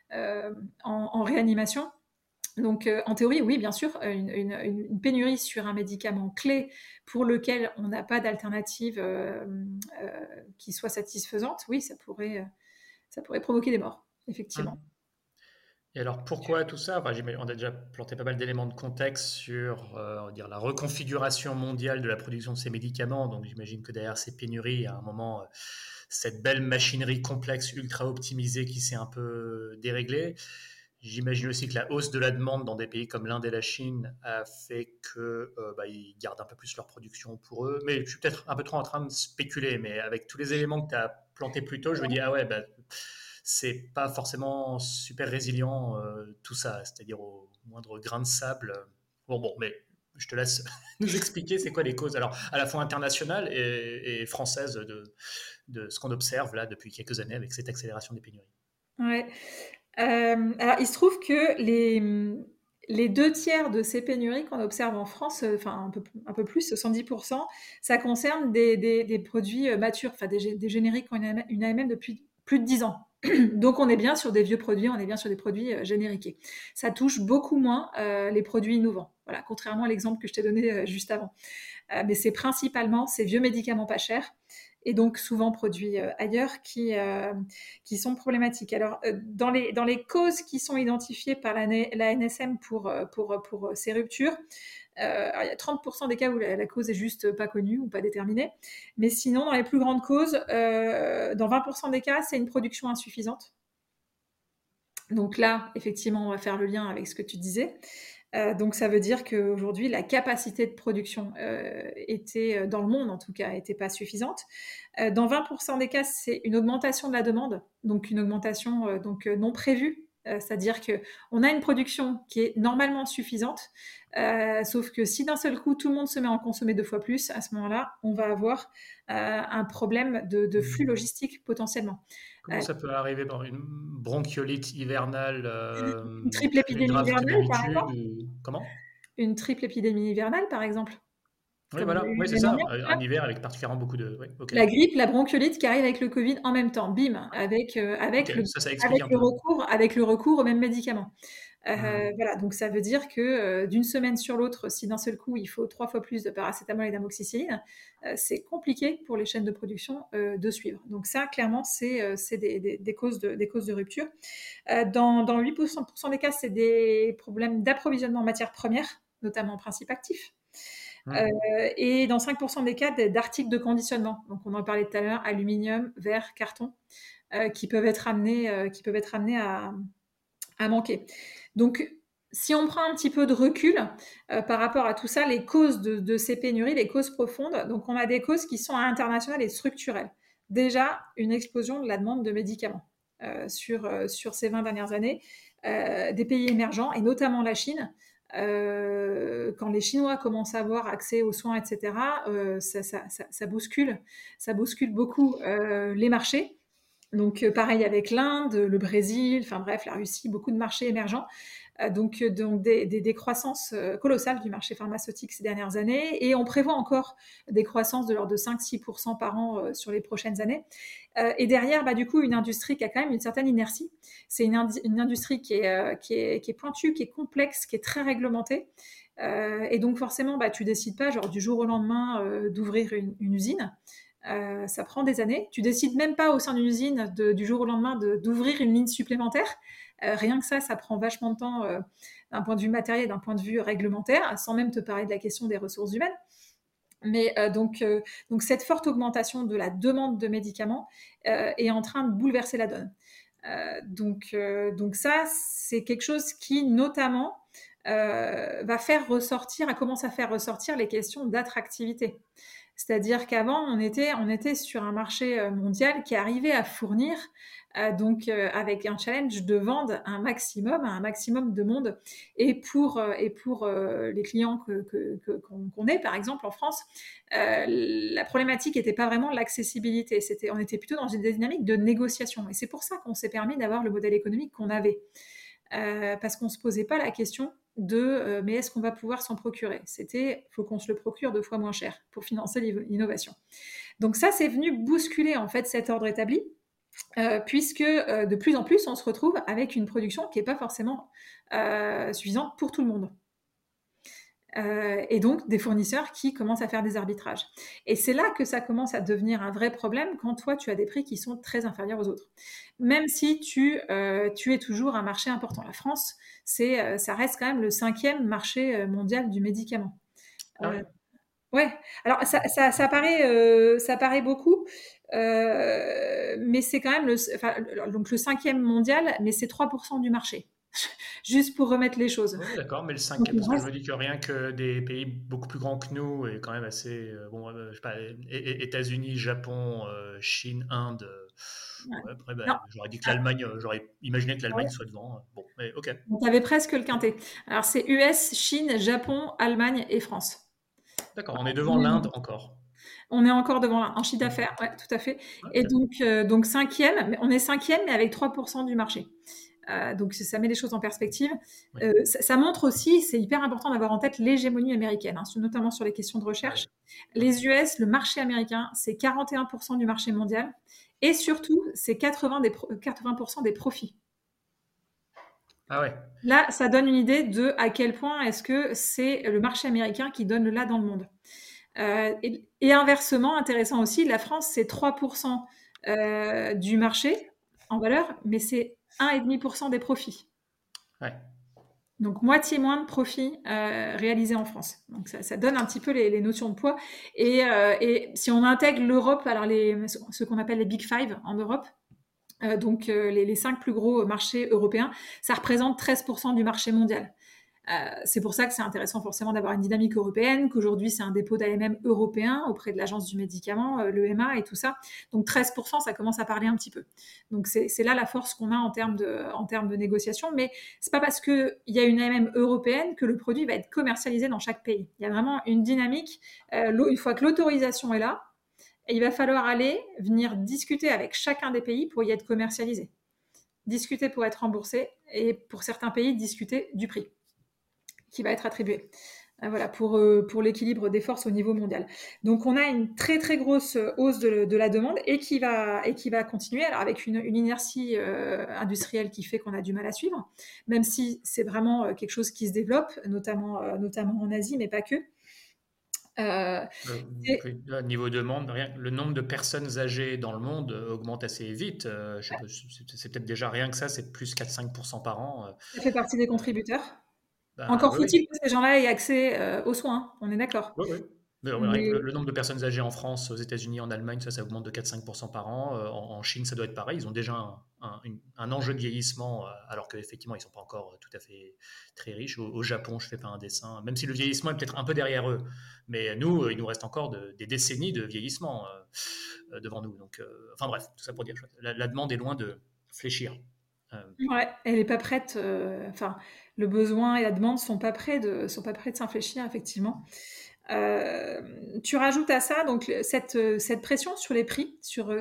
en réanimation. Donc, en théorie, oui, bien sûr, une pénurie sur un médicament clé pour lequel on n'a pas d'alternative qui soit satisfaisante, oui, ça pourrait provoquer des morts, effectivement. Et alors pourquoi tout ça? Enfin, on a déjà planté pas mal d'éléments de contexte sur on va dire, la reconfiguration mondiale de la production de ces médicaments. Donc j'imagine que derrière ces pénuries, il y a un moment cette belle machinerie complexe, ultra optimisée qui s'est un peu déréglée. J'imagine aussi que la hausse de la demande dans des pays comme l'Inde et la Chine a fait qu'ils gardent un peu plus leur production pour eux. Mais je suis peut-être un peu trop en train de spéculer, mais avec tous les éléments que tu as plantés plus tôt, je me dis, ah ouais, c'est pas forcément super résilient tout ça, c'est-à-dire au moindre grain de sable. Bon, mais je te laisse nous expliquer c'est quoi les causes, alors à la fois internationales et françaises de ce qu'on observe là depuis quelques années avec cette accélération des pénuries. Ouais. Alors, il se trouve que les 2 tiers de ces pénuries qu'on observe en France, enfin un peu plus, 70%, ça concerne des produits matures, enfin des génériques qui ont une AMM depuis plus de 10 ans. Donc on est bien sur des vieux produits, on est bien sur des produits génériqués. Ça touche beaucoup moins les produits innovants, voilà, contrairement à l'exemple que je t'ai donné juste avant. Mais c'est principalement ces vieux médicaments pas chers, et donc souvent produits ailleurs, qui sont problématiques. Alors, dans les causes qui sont identifiées par la NSM pour ces ruptures, alors il y a 30% des cas où la cause est juste pas connue ou pas déterminée, mais sinon, dans les plus grandes causes, dans 20% des cas, c'est une production insuffisante. Donc là, effectivement, on va faire le lien avec ce que tu disais. Donc ça veut dire qu'aujourd'hui, la capacité de production était, dans le monde en tout cas, n'était pas suffisante. Dans 20% des cas, c'est une augmentation de la demande, donc une augmentation non prévue. C'est-à-dire qu'on a une production qui est normalement suffisante, sauf que si d'un seul coup tout le monde se met à en consommer 2 fois plus, à ce moment-là, on va avoir un problème de flux logistique potentiellement. Comment ça peut arriver dans une bronchiolite hivernale Une triple plus épidémie grave que hivernale, par d'habitude exemple. Comment? Une triple épidémie hivernale, par exemple, Oui, comme on a voilà, eu oui, c'est l'année ça. dernière. Un hiver avec particulièrement beaucoup de. Oui, ok. La grippe, la bronchiolite qui arrive avec le Covid en même temps, bim, avec Ok, ça explique un peu. le recours aux mêmes médicaments. Voilà, donc ça veut dire que d'une semaine sur l'autre, si d'un seul coup il faut 3 fois plus de paracétamol et d'amoxicilline, c'est compliqué pour les chaînes de production de suivre. Donc ça, clairement, c'est des causes de rupture. Dans 8% des cas, c'est des problèmes d'approvisionnement en matières premières, notamment en principes actifs. Et dans 5% des cas, d'articles de conditionnement. Donc on en parlait tout à l'heure, aluminium, verre, carton, qui peuvent être amenés à manquer. Donc, si on prend un petit peu de recul par rapport à tout ça, les causes de ces pénuries, les causes profondes, donc on a des causes qui sont internationales et structurelles. Déjà, une explosion de la demande de médicaments sur ces 20 dernières années. Des pays émergents, et notamment la Chine, quand les Chinois commencent à avoir accès aux soins, etc., ça bouscule beaucoup les marchés. Donc, pareil avec l'Inde, le Brésil, enfin bref, la Russie, beaucoup de marchés émergents. Donc des croissances colossales du marché pharmaceutique ces dernières années. Et on prévoit encore des croissances de l'ordre de 5-6% par an sur les prochaines années. Et derrière, du coup, une industrie qui a quand même une certaine inertie. C'est une industrie qui est pointue, qui est complexe, qui est très réglementée. Et donc forcément, tu décides pas genre du jour au lendemain d'ouvrir une usine. Ça prend des années. Tu décides même pas au sein d'une usine du jour au lendemain d'ouvrir une ligne supplémentaire. Rien que ça prend vachement de temps d'un point de vue matériel, d'un point de vue réglementaire, sans même te parler de la question des ressources humaines. Mais donc cette forte augmentation de la demande de médicaments est en train de bouleverser la donne. Donc ça, c'est quelque chose qui, notamment, a commencé à faire ressortir les questions d'attractivité. C'est-à-dire qu'avant, on était sur un marché mondial qui arrivait à fournir, avec un challenge de vendre un maximum de monde. Et pour les clients qu'on est, par exemple en France, la problématique n'était pas vraiment l'accessibilité. On était plutôt dans une dynamique de négociation. Et c'est pour ça qu'on s'est permis d'avoir le modèle économique qu'on avait. Parce qu'on ne se posait pas la question de mais est-ce qu'on va pouvoir s'en procurer. C'était faut qu'on se le procure 2 fois moins cher pour financer l'innovation. Donc ça, c'est venu bousculer en fait cet ordre établi, puisque de plus en plus, on se retrouve avec une production qui n'est pas forcément suffisante pour tout le monde. Et donc des fournisseurs qui commencent à faire des arbitrages. Et c'est là que ça commence à devenir un vrai problème quand toi, tu as des prix qui sont très inférieurs aux autres. Même si tu es toujours un marché important. La France, ça reste quand même le 5e marché mondial du médicament. Ouais. Alors ça paraît beaucoup, mais c'est quand même donc le 5e mondial, mais c'est 3% du marché. Juste pour remettre les choses. Oui, d'accord, mais le 5e, parce que je me dis que rien que des pays beaucoup plus grands que nous et quand même assez, je sais pas, États-Unis, Japon, Chine, Inde, après, j'aurais dit que l'Allemagne, j'aurais imaginé que l'Allemagne soit devant. Bon, mais ok. Donc, tu avais presque le quintet. Alors, c'est US, Chine, Japon, Allemagne et France. D'accord, on est devant l'Inde encore. On est encore devant un chiffre d'affaires, ouais, tout à fait. Okay. Et donc 5e, on est 5e, mais avec 3% du marché. Donc ça met les choses en perspective. Oui. Ça montre aussi, c'est hyper important d'avoir en tête l'hégémonie américaine, notamment sur les questions de recherche. Oui. Les US, le marché américain, c'est 41% du marché mondial. Et surtout, c'est 80% des profits. Ah ouais. Là, ça donne une idée de à quel point est-ce que c'est le marché américain qui donne le là dans le monde. Et inversement, intéressant aussi, la France, c'est 3% du marché en valeur, mais c'est 1,5% des profits. Ouais. Donc, moitié moins de profits réalisés en France. Donc, ça donne un petit peu les notions de poids. Et si on intègre l'Europe, alors ce qu'on appelle les Big Five en Europe, donc les 5 plus gros marchés européens, ça représente 13% du marché mondial. C'est pour ça que c'est intéressant forcément d'avoir une dynamique européenne, qu'aujourd'hui c'est un dépôt d'AMM européen auprès de l'Agence du médicament, l'EMA et tout ça. Donc 13%, ça commence à parler un petit peu. Donc c'est là la force qu'on a en termes de négociation, mais c'est pas parce qu'il y a une AMM européenne que le produit va être commercialisé dans chaque pays. Il y a vraiment une dynamique. Une fois que l'autorisation est là, il va falloir venir discuter avec chacun des pays pour y être commercialisé. Discuter pour être remboursé et pour certains pays, discuter du prix qui va être attribué. voilà, pour l'équilibre des forces au niveau mondial. Donc on a une très très grosse hausse de la demande et qui va continuer, alors avec une inertie industrielle qui fait qu'on a du mal à suivre, même si c'est vraiment quelque chose qui se développe, notamment en Asie, mais pas que. Euh, et, Niveau demande, le nombre de personnes âgées dans le monde augmente assez vite. Je sais pas, c'est peut-être déjà rien que ça, c'est plus 4-5% par an. Ça fait partie des contributeurs. Bah, Encore oui, oui. faut-il que ces gens-là aient accès aux soins, hein, on est d'accord. Oui, oui. Mais rien que Mais le nombre de personnes âgées en France, aux États-Unis, en Allemagne, ça augmente de 4-5% par an. En Chine, ça doit être pareil. Ils ont déjà un enjeu de vieillissement, alors qu'effectivement, ils ne sont pas encore tout à fait très riches. Au Japon, je ne fais pas un dessin, même si le vieillissement est peut-être un peu derrière eux. Mais nous, il nous reste encore des décennies de vieillissement devant nous. Donc, enfin bref, tout ça pour dire, la demande est loin de fléchir. ouais, elle est pas prête. Enfin, le besoin et la demande sont pas prêts de s'infléchir effectivement. Tu rajoutes à ça donc cette pression sur les prix,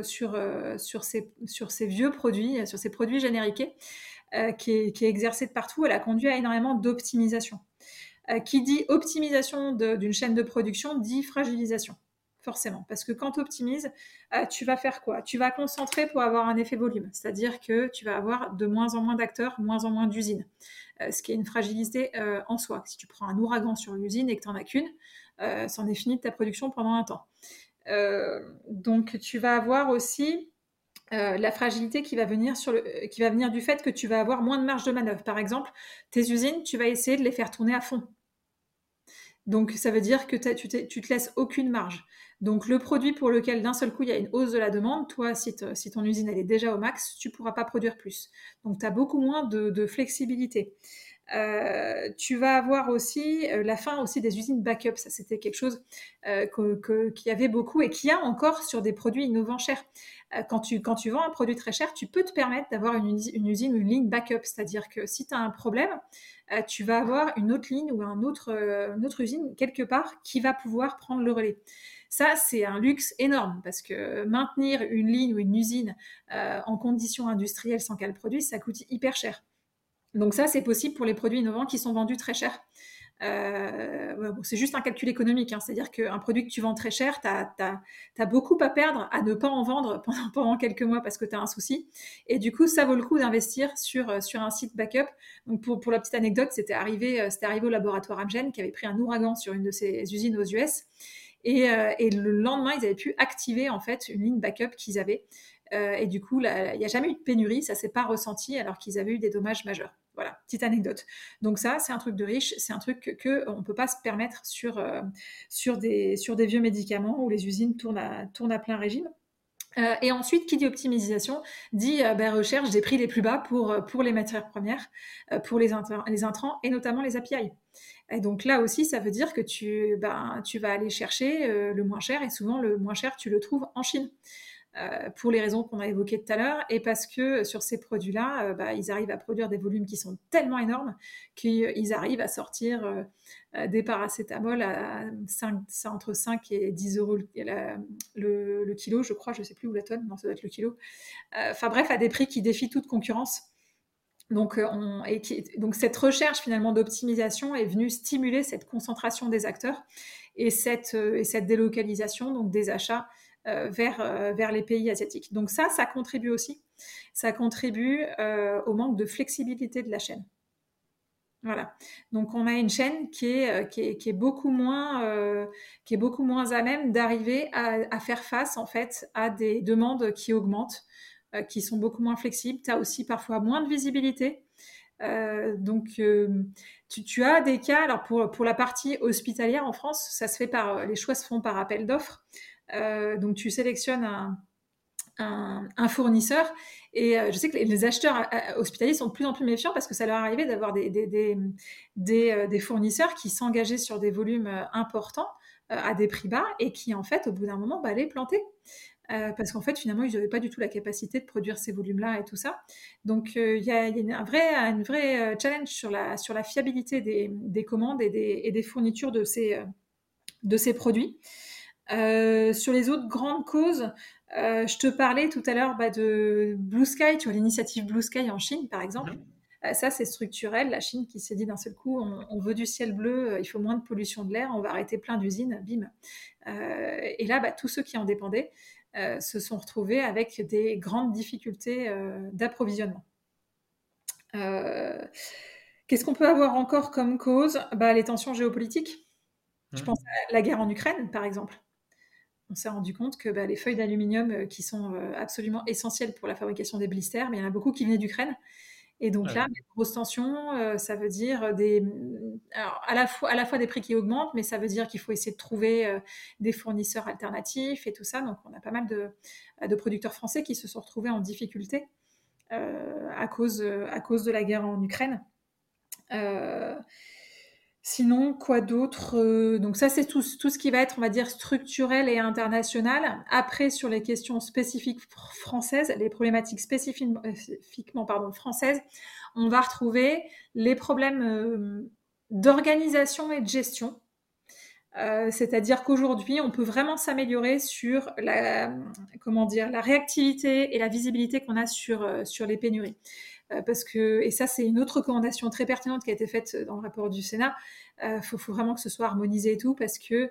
sur ces vieux produits, sur ces produits génériqués, qui est exercée de partout. Elle a conduit à énormément d'optimisation. Qui dit optimisation d'une chaîne de production dit fragilisation, forcément. Parce que quand tu optimises, tu vas faire quoi? Tu vas concentrer pour avoir un effet volume, c'est-à-dire que tu vas avoir de moins en moins d'acteurs, moins en moins d'usines, ce qui est une fragilité en soi. Si tu prends un ouragan sur l'usine et que tu n'en as qu'une, c'en est fini de ta production pendant un temps. Donc tu vas avoir aussi la fragilité qui va venir du fait que tu vas avoir moins de marge de manœuvre. Par exemple, tes usines, tu vas essayer de les faire tourner à fond. Donc ça veut dire que tu te laisses aucune marge. Donc le produit pour lequel d'un seul coup il y a une hausse de la demande, toi si ton usine elle est déjà au max, tu ne pourras pas produire plus. Donc tu as beaucoup moins de flexibilité. Tu vas avoir aussi la fin aussi des usines backup. Ça, c'était quelque chose qu'il y avait beaucoup et qu'il y a encore sur des produits innovants chers. Quand tu vends un produit très cher, tu peux te permettre d'avoir une usine ou une ligne backup. C'est-à-dire que si tu as un problème, tu vas avoir une autre ligne ou une autre usine quelque part qui va pouvoir prendre le relais. Ça, c'est un luxe énorme parce que maintenir une ligne ou une usine en conditions industrielles sans qu'elle produise, ça coûte hyper cher. Donc ça, c'est possible pour les produits innovants qui sont vendus très cher. C'est juste un calcul économique, hein. C'est-à-dire qu'un produit que tu vends très cher, tu as beaucoup à perdre à ne pas en vendre pendant quelques mois parce que tu as un souci. Et du coup, ça vaut le coup d'investir sur un site backup. Donc pour la petite anecdote, c'était arrivé au laboratoire Amgen qui avait pris un ouragan sur une de ses usines aux US. Et le lendemain, ils avaient pu activer en fait une ligne backup qu'ils avaient. Et du coup, il n'y a jamais eu de pénurie, ça ne s'est pas ressenti alors qu'ils avaient eu des dommages majeurs. Voilà, petite anecdote. Donc ça, c'est un truc de riche, c'est un truc qu'on ne peut pas se permettre sur des vieux médicaments où les usines tournent à plein régime. Et ensuite, qui dit optimisation, dit recherche des prix les plus bas pour les matières premières, pour les intrants et notamment les API. Et donc là aussi, ça veut dire que tu vas aller chercher le moins cher et souvent le moins cher, tu le trouves en Chine. Pour les raisons qu'on a évoquées tout à l'heure, et parce que sur ces produits-là, ils arrivent à produire des volumes qui sont tellement énormes qu'ils arrivent à sortir des paracétamol à c'est entre 5 et 10 euros le kilo, je crois, je ne sais plus où la tonne, non, ça doit être le kilo. Enfin bref, à des prix qui défient toute concurrence. Donc, donc cette recherche finalement d'optimisation est venue stimuler cette concentration des acteurs et cette délocalisation donc des achats vers les pays asiatiques. Donc ça contribue aussi. Ça contribue au manque de flexibilité de la chaîne. Voilà. Donc on a une chaîne qui est beaucoup moins à même d'arriver à faire face en fait à des demandes qui augmentent, qui sont beaucoup moins flexibles. Tu as aussi parfois moins de visibilité. Donc tu as des cas. Alors pour la partie hospitalière en France, ça se fait les choix se font par appel d'offres. Donc tu sélectionnes un fournisseur et je sais que les acheteurs hospitaliers sont de plus en plus méfiants parce que ça leur est arrivé d'avoir des fournisseurs qui s'engageaient sur des volumes importants à des prix bas et qui en fait au bout d'un moment les plantaient. Parce qu'en fait, finalement, ils n'avaient pas du tout la capacité de produire ces volumes-là et tout ça. Donc, il y a un vrai challenge sur la fiabilité des commandes et des fournitures de ces produits. Sur les autres grandes causes, je te parlais tout à l'heure de Blue Sky, tu vois l'initiative Blue Sky en Chine, par exemple. Ça, c'est structurel. La Chine qui s'est dit d'un seul coup, on veut du ciel bleu, il faut moins de pollution de l'air, on va arrêter plein d'usines, bim. Et là, tous ceux qui en dépendaient se sont retrouvés avec des grandes difficultés d'approvisionnement. Qu'est-ce qu'on peut avoir encore comme cause? Les tensions géopolitiques. Je pense à la guerre en Ukraine, par exemple. On s'est rendu compte que les feuilles d'aluminium qui sont absolument essentielles pour la fabrication des blisters, mais il y en a beaucoup qui venaient d'Ukraine. Et donc là, grosse tension, ça veut dire alors, à la fois des prix qui augmentent, mais ça veut dire qu'il faut essayer de trouver des fournisseurs alternatifs et tout ça. Donc on a pas mal de producteurs français qui se sont retrouvés en difficulté à cause de la guerre en Ukraine. Sinon, quoi d'autre? Donc ça, c'est tout ce qui va être, on va dire, structurel et international. Après, sur les questions spécifiques françaises, les problématiques spécifiquement françaises, on va retrouver les problèmes d'organisation et de gestion. C'est-à-dire qu'aujourd'hui, on peut vraiment s'améliorer sur la réactivité et la visibilité qu'on a sur les pénuries. Et ça, c'est une autre recommandation très pertinente qui a été faite dans le rapport du Sénat. Faut vraiment que ce soit harmonisé et tout, parce que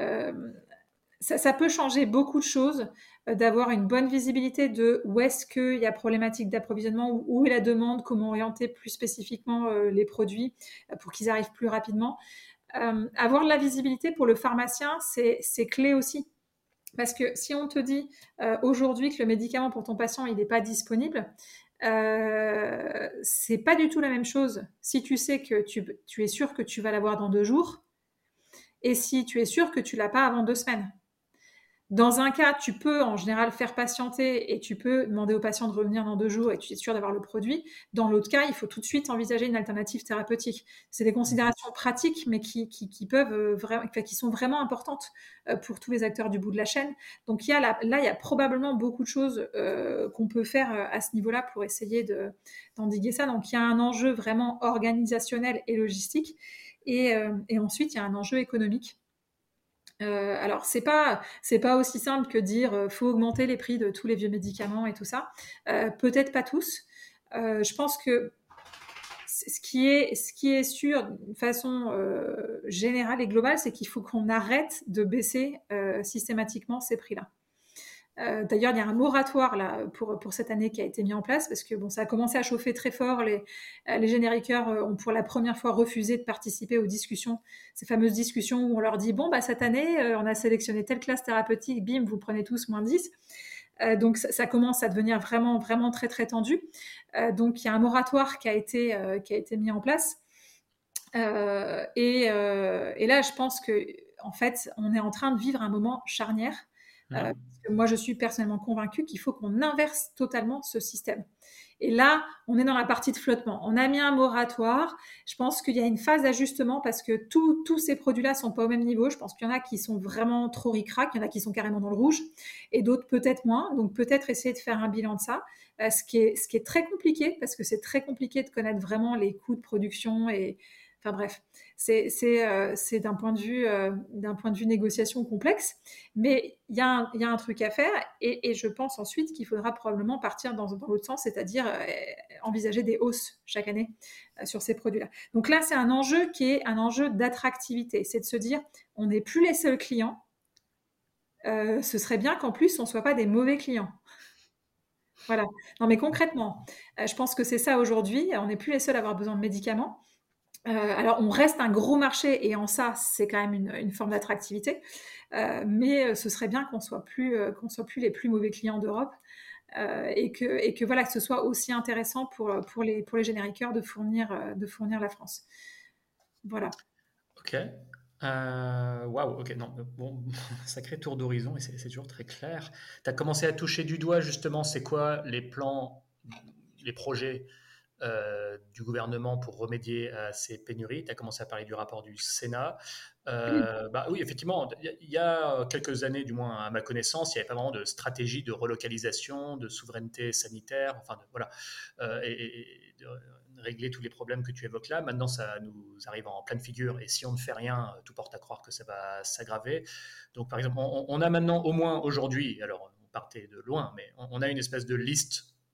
ça peut changer beaucoup de choses, d'avoir une bonne visibilité de où est-ce qu'il y a problématique d'approvisionnement, où est la demande, comment orienter plus spécifiquement les produits pour qu'ils arrivent plus rapidement. Avoir de la visibilité pour le pharmacien, c'est clé aussi. Parce que si on te dit aujourd'hui que le médicament pour ton patient, il n'est pas disponible, c'est pas du tout la même chose si tu sais que tu es sûr que tu vas l'avoir dans 2 jours et si tu es sûr que tu l'as pas avant 2 semaines. Dans un cas, tu peux en général faire patienter et tu peux demander au patient de revenir dans 2 jours et tu es sûr d'avoir le produit. Dans l'autre cas, il faut tout de suite envisager une alternative thérapeutique. C'est des considérations pratiques, mais qui peuvent vraiment, qui sont vraiment importantes pour tous les acteurs du bout de la chaîne. Donc il y a probablement beaucoup de choses qu'on peut faire à ce niveau-là pour essayer d'endiguer ça. Donc il y a un enjeu vraiment organisationnel et logistique, et ensuite il y a un enjeu économique. Alors c'est pas aussi simple que dire faut augmenter les prix de tous les vieux médicaments et tout ça. Peut-être pas tous. Je pense que ce qui est sûr d'une façon générale et globale, c'est qu'il faut qu'on arrête de baisser systématiquement ces prix-là. D'ailleurs, il y a un moratoire là pour cette année qui a été mis en place parce que ça a commencé à chauffer très fort. Les génériqueurs ont pour la première fois refusé de participer aux discussions, ces fameuses discussions où on leur dit cette année on a sélectionné telle classe thérapeutique, bim, vous prenez tous moins 10. Donc ça commence à devenir vraiment vraiment très très tendu. Donc il y a un moratoire qui a été mis en place. Et là, je pense que en fait, on est en train de vivre un moment charnière. Parce que moi, je suis personnellement convaincue qu'il faut qu'on inverse totalement ce système. Et là, on est dans la partie de flottement. On a mis un moratoire. Je pense qu'il y a une phase d'ajustement parce que tous ces produits-là sont pas au même niveau. Je pense qu'il y en a qui sont vraiment trop ric-rac, il y en a qui sont carrément dans le rouge, et d'autres peut-être moins. Donc peut-être essayer de faire un bilan de ça, ce qui est très compliqué parce que c'est très compliqué de connaître vraiment les coûts de production et enfin bref, c'est d'un point de vue négociation complexe, mais il y a un truc à faire et je pense ensuite qu'il faudra probablement partir dans l'autre sens, c'est-à-dire envisager des hausses chaque année sur ces produits-là. Donc là, c'est un enjeu qui est un enjeu d'attractivité, c'est de se dire on n'est plus les seuls clients, ce serait bien qu'en plus on ne soit pas des mauvais clients. Voilà. Non mais concrètement, je pense que c'est ça aujourd'hui, on n'est plus les seuls à avoir besoin de médicaments. Alors, on reste un gros marché et en ça, c'est quand même une forme d'attractivité. Mais ce serait bien qu'on soit plus les plus mauvais clients d'Europe et que voilà, que ce soit aussi intéressant pour les génériqueurs de fournir la France. Voilà. Ok. Waouh, ok, non, bon, sacré tour d'horizon et c'est toujours très clair. Tu as commencé à toucher du doigt justement, c'est quoi les plans, les projets du gouvernement pour remédier à ces pénuries. Tu as commencé à parler du rapport du Sénat. Oui, effectivement, il y a quelques années, du moins à ma connaissance, il n'y avait pas vraiment de stratégie de relocalisation, de souveraineté sanitaire, enfin voilà, et de régler tous les problèmes que tu évoques là. Maintenant, ça nous arrive en pleine figure et si on ne fait rien, tout porte à croire que ça va s'aggraver. Donc, par exemple, on a maintenant au moins aujourd'hui, alors on partait de loin, mais on a une espèce de liste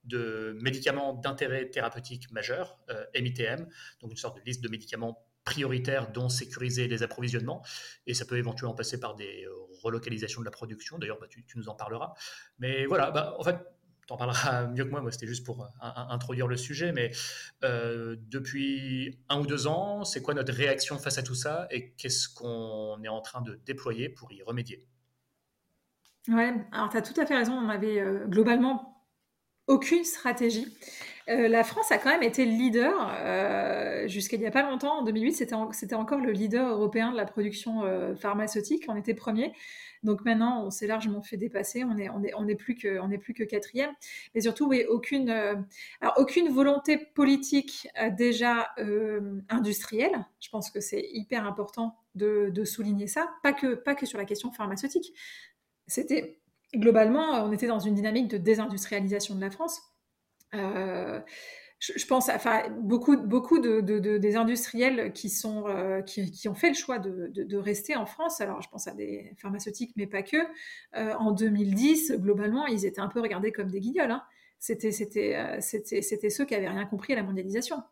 de médicaments d'intérêt thérapeutique majeur, MITM, donc une sorte de liste de médicaments prioritaires dont sécuriser les approvisionnements. Et ça peut éventuellement passer par des relocalisations de la production. D'ailleurs, tu nous en parleras. Mais voilà, en fait, tu en parleras mieux que moi. Moi, c'était juste pour introduire le sujet. Mais depuis 1 ou 2 ans, c'est quoi notre réaction face à tout ça et qu'est-ce qu'on est en train de déployer pour y remédier? Ouais, alors tu as tout à fait raison. On avait globalement aucune stratégie. La France a quand même été le leader jusqu'à il n'y a pas longtemps. En 2008, c'était encore le leader européen de la production pharmaceutique. On était premier. Donc maintenant, on s'est largement fait dépasser. On est plus que quatrième. Mais surtout, oui, aucune volonté politique déjà industrielle. Je pense que c'est hyper important de souligner ça. Pas que sur la question pharmaceutique. C'était globalement, on était dans une dynamique de désindustrialisation de la France. Euh, je pense, enfin, beaucoup des industriels qui ont fait le choix de rester en France. Alors, je pense à des pharmaceutiques, mais pas que. En 2010, globalement, ils étaient un peu regardés comme des guignols, hein. C'était ceux qui avaient rien compris à la mondialisation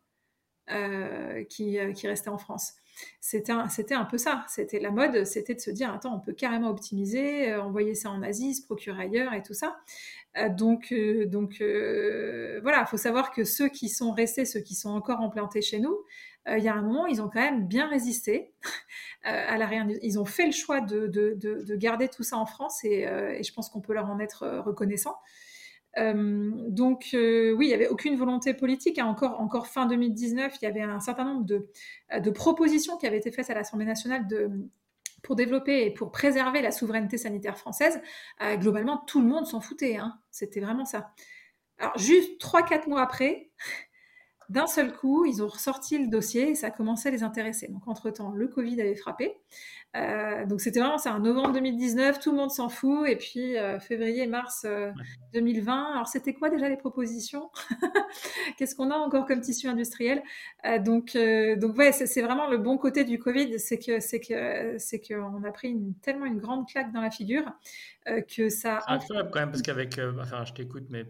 qui restaient en France. C'était un peu ça. C'était la mode, c'était de se dire attends, on peut carrément optimiser, envoyer ça en Asie, se procurer ailleurs et tout ça. Voilà, il faut savoir que ceux qui sont restés, ceux qui sont encore implantés chez nous, il y a un moment, ils ont quand même bien résisté à la réindustrie. Ils ont fait le choix de garder tout ça en France et je pense qu'on peut leur en être reconnaissant. Oui, il n'y avait aucune volonté politique, hein. Encore fin 2019, il y avait un certain nombre de propositions qui avaient été faites à l'Assemblée nationale pour développer et pour préserver la souveraineté sanitaire française. Globalement, tout le monde s'en foutait, hein. C'était vraiment ça. Alors, juste 3-4 mois après, d'un seul coup, ils ont ressorti le dossier et ça a commencé à les intéresser. Donc, entre-temps, le Covid avait frappé. Donc c'était vraiment ça, en novembre 2019, tout le monde s'en fout, et puis février-mars 2020. Alors c'était quoi déjà les propositions? Qu'est-ce qu'on a encore comme tissu industriel? Donc ouais, c'est vraiment le bon côté du Covid, c'est qu'on a pris tellement une grande claque dans la figure que ça. C'est incroyable quand même parce qu'avec, enfin je t'écoute, mais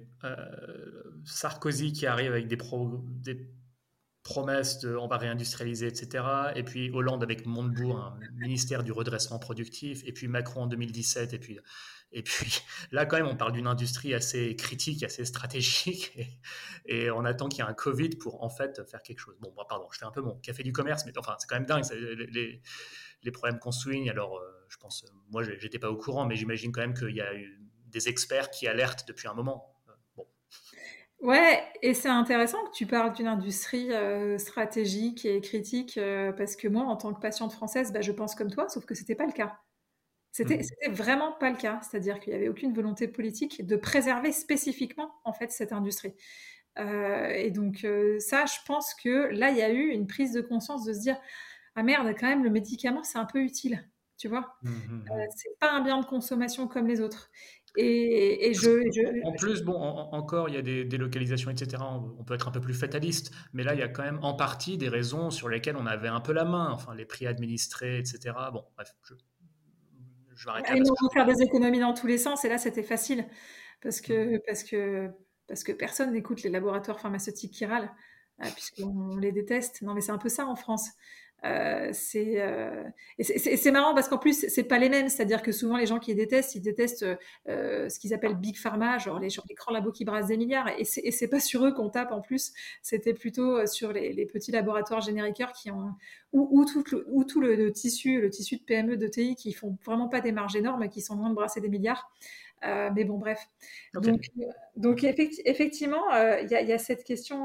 Sarkozy qui arrive avec des promesses de on va réindustrialiser, etc. Et puis Hollande avec Montebourg, un ministère du redressement productif, et puis Macron en 2017, et puis là quand même on parle d'une industrie assez critique, assez stratégique, et on attend qu'il y ait un Covid pour en fait faire quelque chose. Bon, pardon, je fais un peu mon café du commerce, mais enfin c'est quand même dingue les problèmes qu'on souligne. Alors je pense, moi j'étais pas au courant, mais j'imagine quand même qu'il y a eu des experts qui alertent depuis un moment. Bon. Ouais, et c'est intéressant que tu parles d'une industrie stratégique et critique, parce que moi, en tant que patiente française, bah, je pense comme toi, sauf que c'était pas le cas. Mm. C'était vraiment pas le cas. C'est-à-dire qu'il y avait aucune volonté politique de préserver spécifiquement, en fait, cette industrie. Et donc, ça, je pense que là, il y a eu une prise de conscience de se dire, ah merde, quand même, le médicament, c'est un peu utile, tu vois. Mm. C'est pas un bien de consommation comme les autres. Et En plus, bon, encore, il y a des délocalisations, etc. On peut être un peu plus fataliste, mais là, il y a quand même en partie des raisons sur lesquelles on avait un peu la main, enfin, les prix administrés, etc. Bon, bref, je vais arrêter là et parce nous, que on veut faire des économies dans tous les sens, et là, c'était facile, parce je... que, parce que, parce que personne n'écoute les laboratoires pharmaceutiques qui râlent, puisqu'on les déteste. Non, mais c'est un peu ça en France. Et c'est marrant parce qu'en plus, c'est pas les mêmes. C'est-à-dire que souvent, les gens qui les détestent, ils détestent ce qu'ils appellent Big Pharma, genre les grands labos qui brassent des milliards. Et c'est pas sur eux qu'on tape en plus. C'était plutôt sur les petits laboratoires génériqueurs qui ont, ou tout le tissu de PME, de TI qui font vraiment pas des marges énormes, qui sont loin de brasser des milliards. Mais bon, bref. Ok. Donc effectivement, il y a cette question,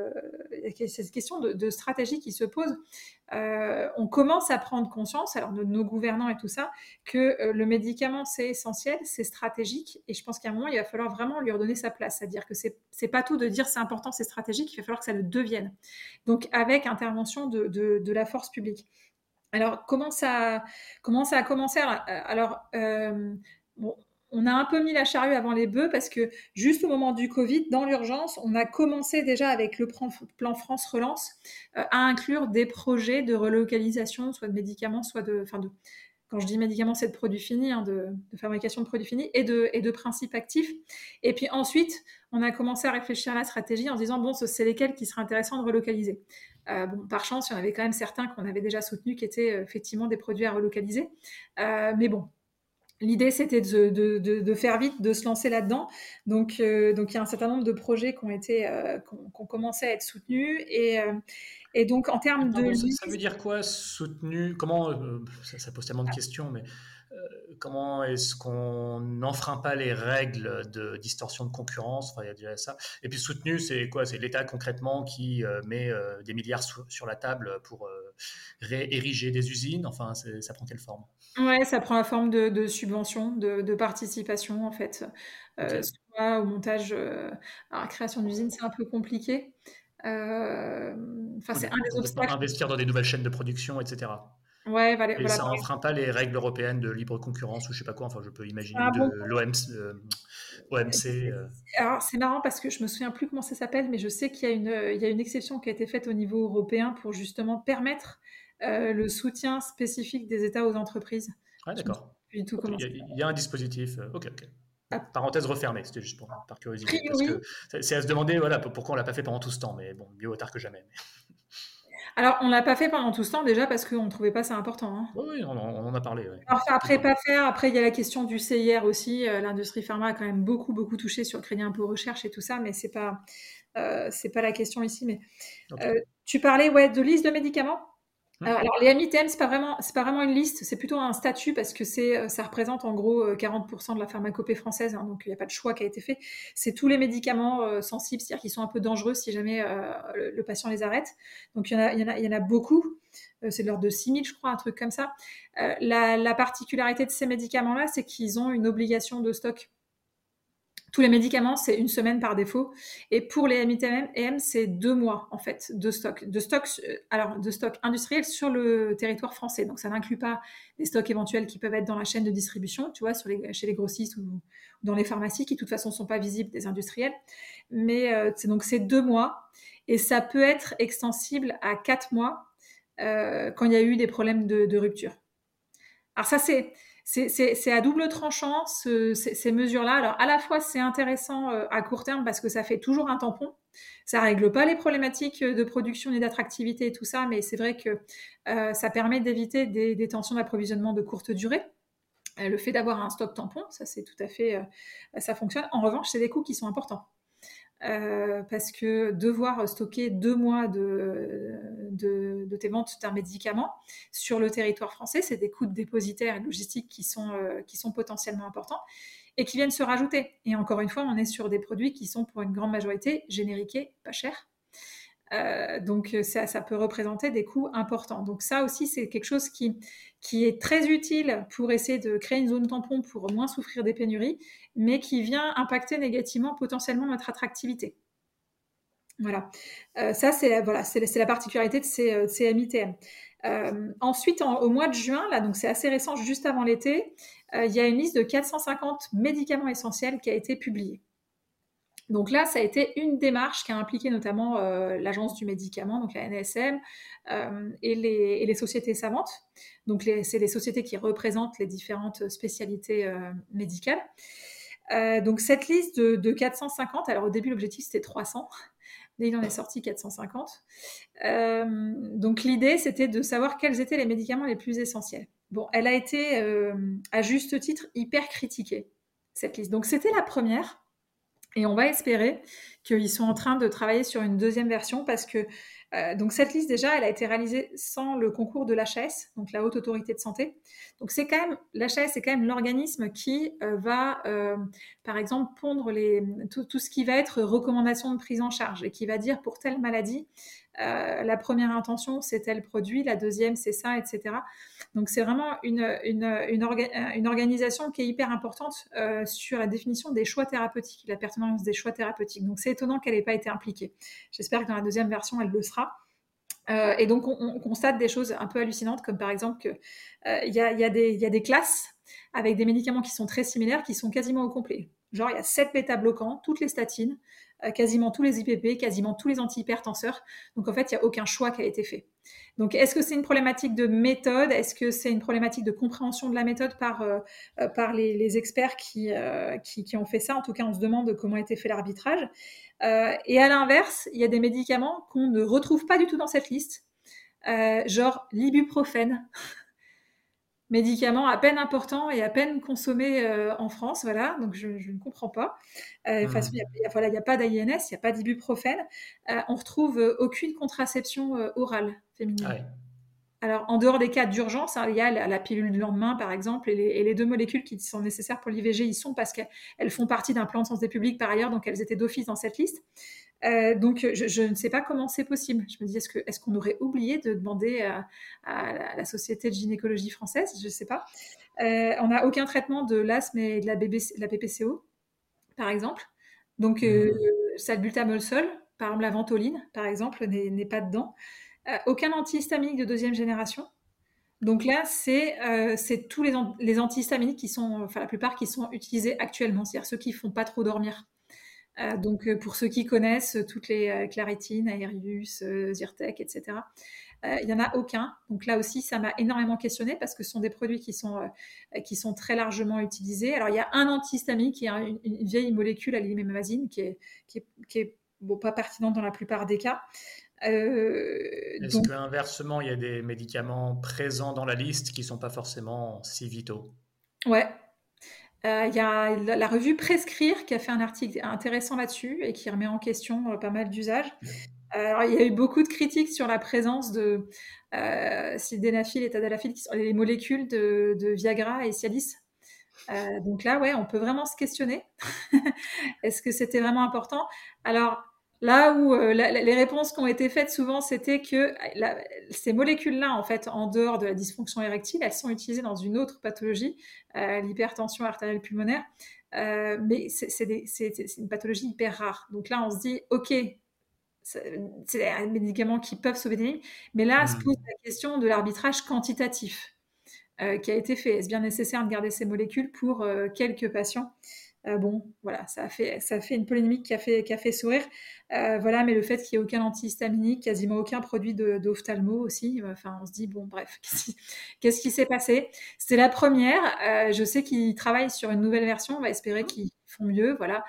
de stratégie qui se pose. On commence à prendre conscience, alors de nos gouvernants et tout ça, que le médicament c'est essentiel, c'est stratégique, et je pense qu'à un moment il va falloir vraiment lui redonner sa place, c'est-à-dire que c'est pas tout de dire c'est important, c'est stratégique, il va falloir que ça le devienne. Donc avec intervention de la force publique. Alors comment ça a commencé? Bon, on a un peu mis la charrue avant les bœufs parce que juste au moment du Covid, dans l'urgence, on a commencé déjà avec le plan France Relance à inclure des projets de relocalisation, soit de médicaments, soit Quand je dis médicaments, c'est de produits finis, hein, de fabrication de produits finis et de principes actifs. Et puis ensuite, on a commencé à réfléchir à la stratégie en se disant, bon, c'est lesquels qui seraient intéressants de relocaliser. Bon, par chance, il y en avait quand même certains qu'on avait déjà soutenus qui étaient effectivement des produits à relocaliser. Mais bon, l'idée, c'était de faire vite, de se lancer là-dedans. Donc, il y a un certain nombre de projets qui ont commencé à être soutenus. Et donc, en termes de Pardon, ça veut liste, dire quoi, soutenu? Comment, ça pose tellement de questions, mais comment est-ce qu'on n'enfreint pas les règles de distorsion de concurrence? Enfin, il y a déjà ça. Et puis soutenu, c'est quoi? C'est l'État concrètement qui met des milliards sur la table pour ériger des usines. Enfin, ça prend quelle forme? ouais, ça prend la forme de subventions, de participation, en fait. Ok. Soit au montage, alors, la création d'usines, c'est un peu compliqué. Enfin, Oui, c'est mais un des concrètement, obstacles. investir dans des nouvelles chaînes de production, etc. Ouais, voilà, Et voilà, ça enfreint pas les règles européennes de libre concurrence ou je sais pas quoi. Enfin, je peux c'est imaginer, ou un de bon. l'OMC. OMC. Alors, c'est marrant parce que je me souviens plus comment ça s'appelle, mais je sais qu'il y a une exception qui a été faite au niveau européen pour justement permettre le soutien spécifique des États aux entreprises. Ouais, Je me souviens d'accord. plus du tout Ok, comment il ça y a un dispositif. Ok, ok. Bon, s'appelle. A parenthèse refermée, c'était juste par curiosité. Parce priori, que c'est à se demander voilà, pourquoi on l'a pas fait pendant tout ce temps. Mais bon, mieux vaut tard que jamais. alors on l'a pas fait pendant tout ce temps déjà parce qu'on trouvait pas ça important, hein. Oui, oui, on en a parlé. Ouais. Enfin, Tout après, comme. pas faire. Après, il y a la question du CIR aussi. L'industrie pharma a quand même beaucoup, beaucoup touché sur le crédit impôt recherche et tout ça, mais c'est pas la question ici. Mais Ok. tu parlais, ouais, de liste de médicaments. Hmm. Alors, les MITM, c'est pas vraiment une liste, c'est plutôt un statut parce que ça représente en gros 40% de la pharmacopée française, hein, donc il n'y a pas de choix qui a été fait. C'est tous les médicaments sensibles, c'est-à-dire qui sont un peu dangereux si jamais le patient les arrête. Donc il y en a beaucoup. C'est de l'ordre de 6 000, je crois, un truc comme ça. La particularité de ces médicaments-là, c'est qu'ils ont une obligation de stock. Tous les médicaments, c'est une semaine par défaut. Et pour les MITM, c'est 2 mois, en fait, de stock. De stock industriel sur le territoire français. Donc, ça n'inclut pas les stocks éventuels qui peuvent être dans la chaîne de distribution, tu vois, chez les grossistes ou dans les pharmacies, qui, de toute façon, ne sont pas visibles des industriels. Mais c'est 2 mois. Et ça peut être extensible à 4 mois quand il y a eu des problèmes de rupture. Alors ça, c'est à double tranchant, ces mesures-là. Alors à la fois, c'est intéressant à court terme parce que ça fait toujours un tampon. Ça règle pas les problématiques de production ni d'attractivité et tout ça, mais c'est vrai que ça permet d'éviter des tensions d'approvisionnement de courte durée. Le fait d'avoir un stock tampon, ça c'est tout à fait, ça fonctionne. En revanche, c'est des coûts qui sont importants. Parce que devoir stocker 2 mois de tes ventes d'un médicament sur le territoire français, c'est des coûts de dépositaire et de logistique qui sont potentiellement importants et qui viennent se rajouter. Et encore une fois, on est sur des produits qui sont pour une grande majorité génériqués, pas chers. Donc ça peut représenter des coûts importants. Donc ça aussi, c'est quelque chose qui est très utile pour essayer de créer une zone tampon pour moins souffrir des pénuries, mais qui vient impacter négativement potentiellement notre attractivité. Voilà. Ça, c'est la particularité de ces MITM. Ensuite, au mois de juin, là, donc c'est assez récent, juste avant l'été, il y a une liste de 450 médicaments essentiels qui a été publiée. Donc là, ça a été une démarche qui a impliqué notamment l'Agence du médicament, donc la NSM, et les sociétés savantes. Donc c'est les sociétés qui représentent les différentes spécialités médicales. Donc cette liste de 450, alors au début l'objectif c'était 300, mais il en est sorti 450. Donc l'idée c'était de savoir quels étaient les médicaments les plus essentiels. Bon, elle a été à juste titre hyper critiquée, cette liste. Donc c'était la première. Et on va espérer qu'ils sont en train de travailler sur une deuxième version parce que donc cette liste déjà, elle a été réalisée sans le concours de l'HAS, donc la Haute Autorité de Santé. Donc c'est quand même l'HAS, c'est quand même l'organisme qui va, par exemple, pondre tout ce qui va être recommandation de prise en charge et qui va dire pour telle maladie, la première intention c'est tel produit, la deuxième c'est ça, etc. Donc c'est vraiment une organisation qui est hyper importante sur la définition des choix thérapeutiques, la pertinence des choix thérapeutiques. Donc c'est étonnant qu'elle n'ait pas été impliquée. J'espère que dans la deuxième version, elle le sera. Et donc on constate des choses un peu hallucinantes, comme par exemple qu'il y a des classes avec des médicaments qui sont très similaires, qui sont quasiment au complet. Genre il y a 7 bêta-bloquants, toutes les statines, quasiment tous les IPP, quasiment tous les antihypertenseurs. Donc en fait, il n'y a aucun choix qui a été fait. Donc est-ce que c'est une problématique de méthode? Est-ce que c'est une problématique de compréhension de la méthode par les experts qui ont fait ça? En tout cas, on se demande comment a été fait l'arbitrage. Et à l'inverse, il y a des médicaments qu'on ne retrouve pas du tout dans cette liste, genre l'ibuprofène. Médicament à peine important et à peine consommé en France, voilà, donc je ne comprends pas. De toute façon, il n'y a pas d'AINS, il n'y a pas d'ibuprofène. On retrouve aucune contraception orale féminine. Ouais. Alors, en dehors des cas d'urgence, il y a la pilule du lendemain, par exemple, et les 2 molécules qui sont nécessaires pour l'IVG, y sont parce qu'elles font partie d'un plan de santé publique par ailleurs, donc elles étaient d'office dans cette liste. Donc, je ne sais pas comment c'est possible. Je me dis, est-ce qu'on aurait oublié de demander à la Société de gynécologie française? Je ne sais pas. On n'a aucun traitement de l'asthme et de la PPCO, par exemple. Donc, salbutamol seul, par exemple la ventoline, par exemple, n'est pas dedans. Aucun antihistaminique de 2e génération. Donc là, c'est tous les antihistaminiques qui sont, enfin la plupart qui sont utilisés actuellement, c'est-à-dire ceux qui ne font pas trop dormir. Donc pour ceux qui connaissent toutes les Claritine, Aerius, Zyrtec, etc. Il n'y en a aucun. Donc là aussi, ça m'a énormément questionné parce que ce sont des produits qui sont très largement utilisés. Alors il y a un antihistaminique qui est une vieille molécule, à l'imemazine, qui est bon, pas pertinente dans la plupart des cas. Est-ce qu'inversement, il y a des médicaments présents dans la liste qui ne sont pas forcément si vitaux? Ouais. Il y a la revue Prescrire qui a fait un article intéressant là-dessus et qui remet en question pas mal d'usages. Alors, il y a eu beaucoup de critiques sur la présence de sildenafil et tadalafil, qui sont les molécules de Viagra et Cialis. Donc là, ouais, on peut vraiment se questionner. Est-ce que c'était vraiment important? Alors, là où les réponses qui ont été faites souvent, c'était que ces molécules-là, en fait, en dehors de la dysfonction érectile, elles sont utilisées dans une autre pathologie, l'hypertension artérielle pulmonaire, mais c'est une pathologie hyper rare. Donc là, on se dit, ok, c'est des médicaments qui peuvent sauver des vies, mais là se pose la question de l'arbitrage quantitatif qui a été fait. Est-ce bien nécessaire de garder ces molécules pour quelques patients? Bon, voilà, ça a fait une polémique qui a fait sourire. Voilà, mais le fait qu'il n'y ait aucun antihistaminique, quasiment aucun produit d'ophtalmo aussi, enfin, on se dit, bon, bref, qu'est-ce qui s'est passé? C'était la première. Je sais qu'ils travaillent sur une nouvelle version. On va espérer qu'ils font mieux, voilà,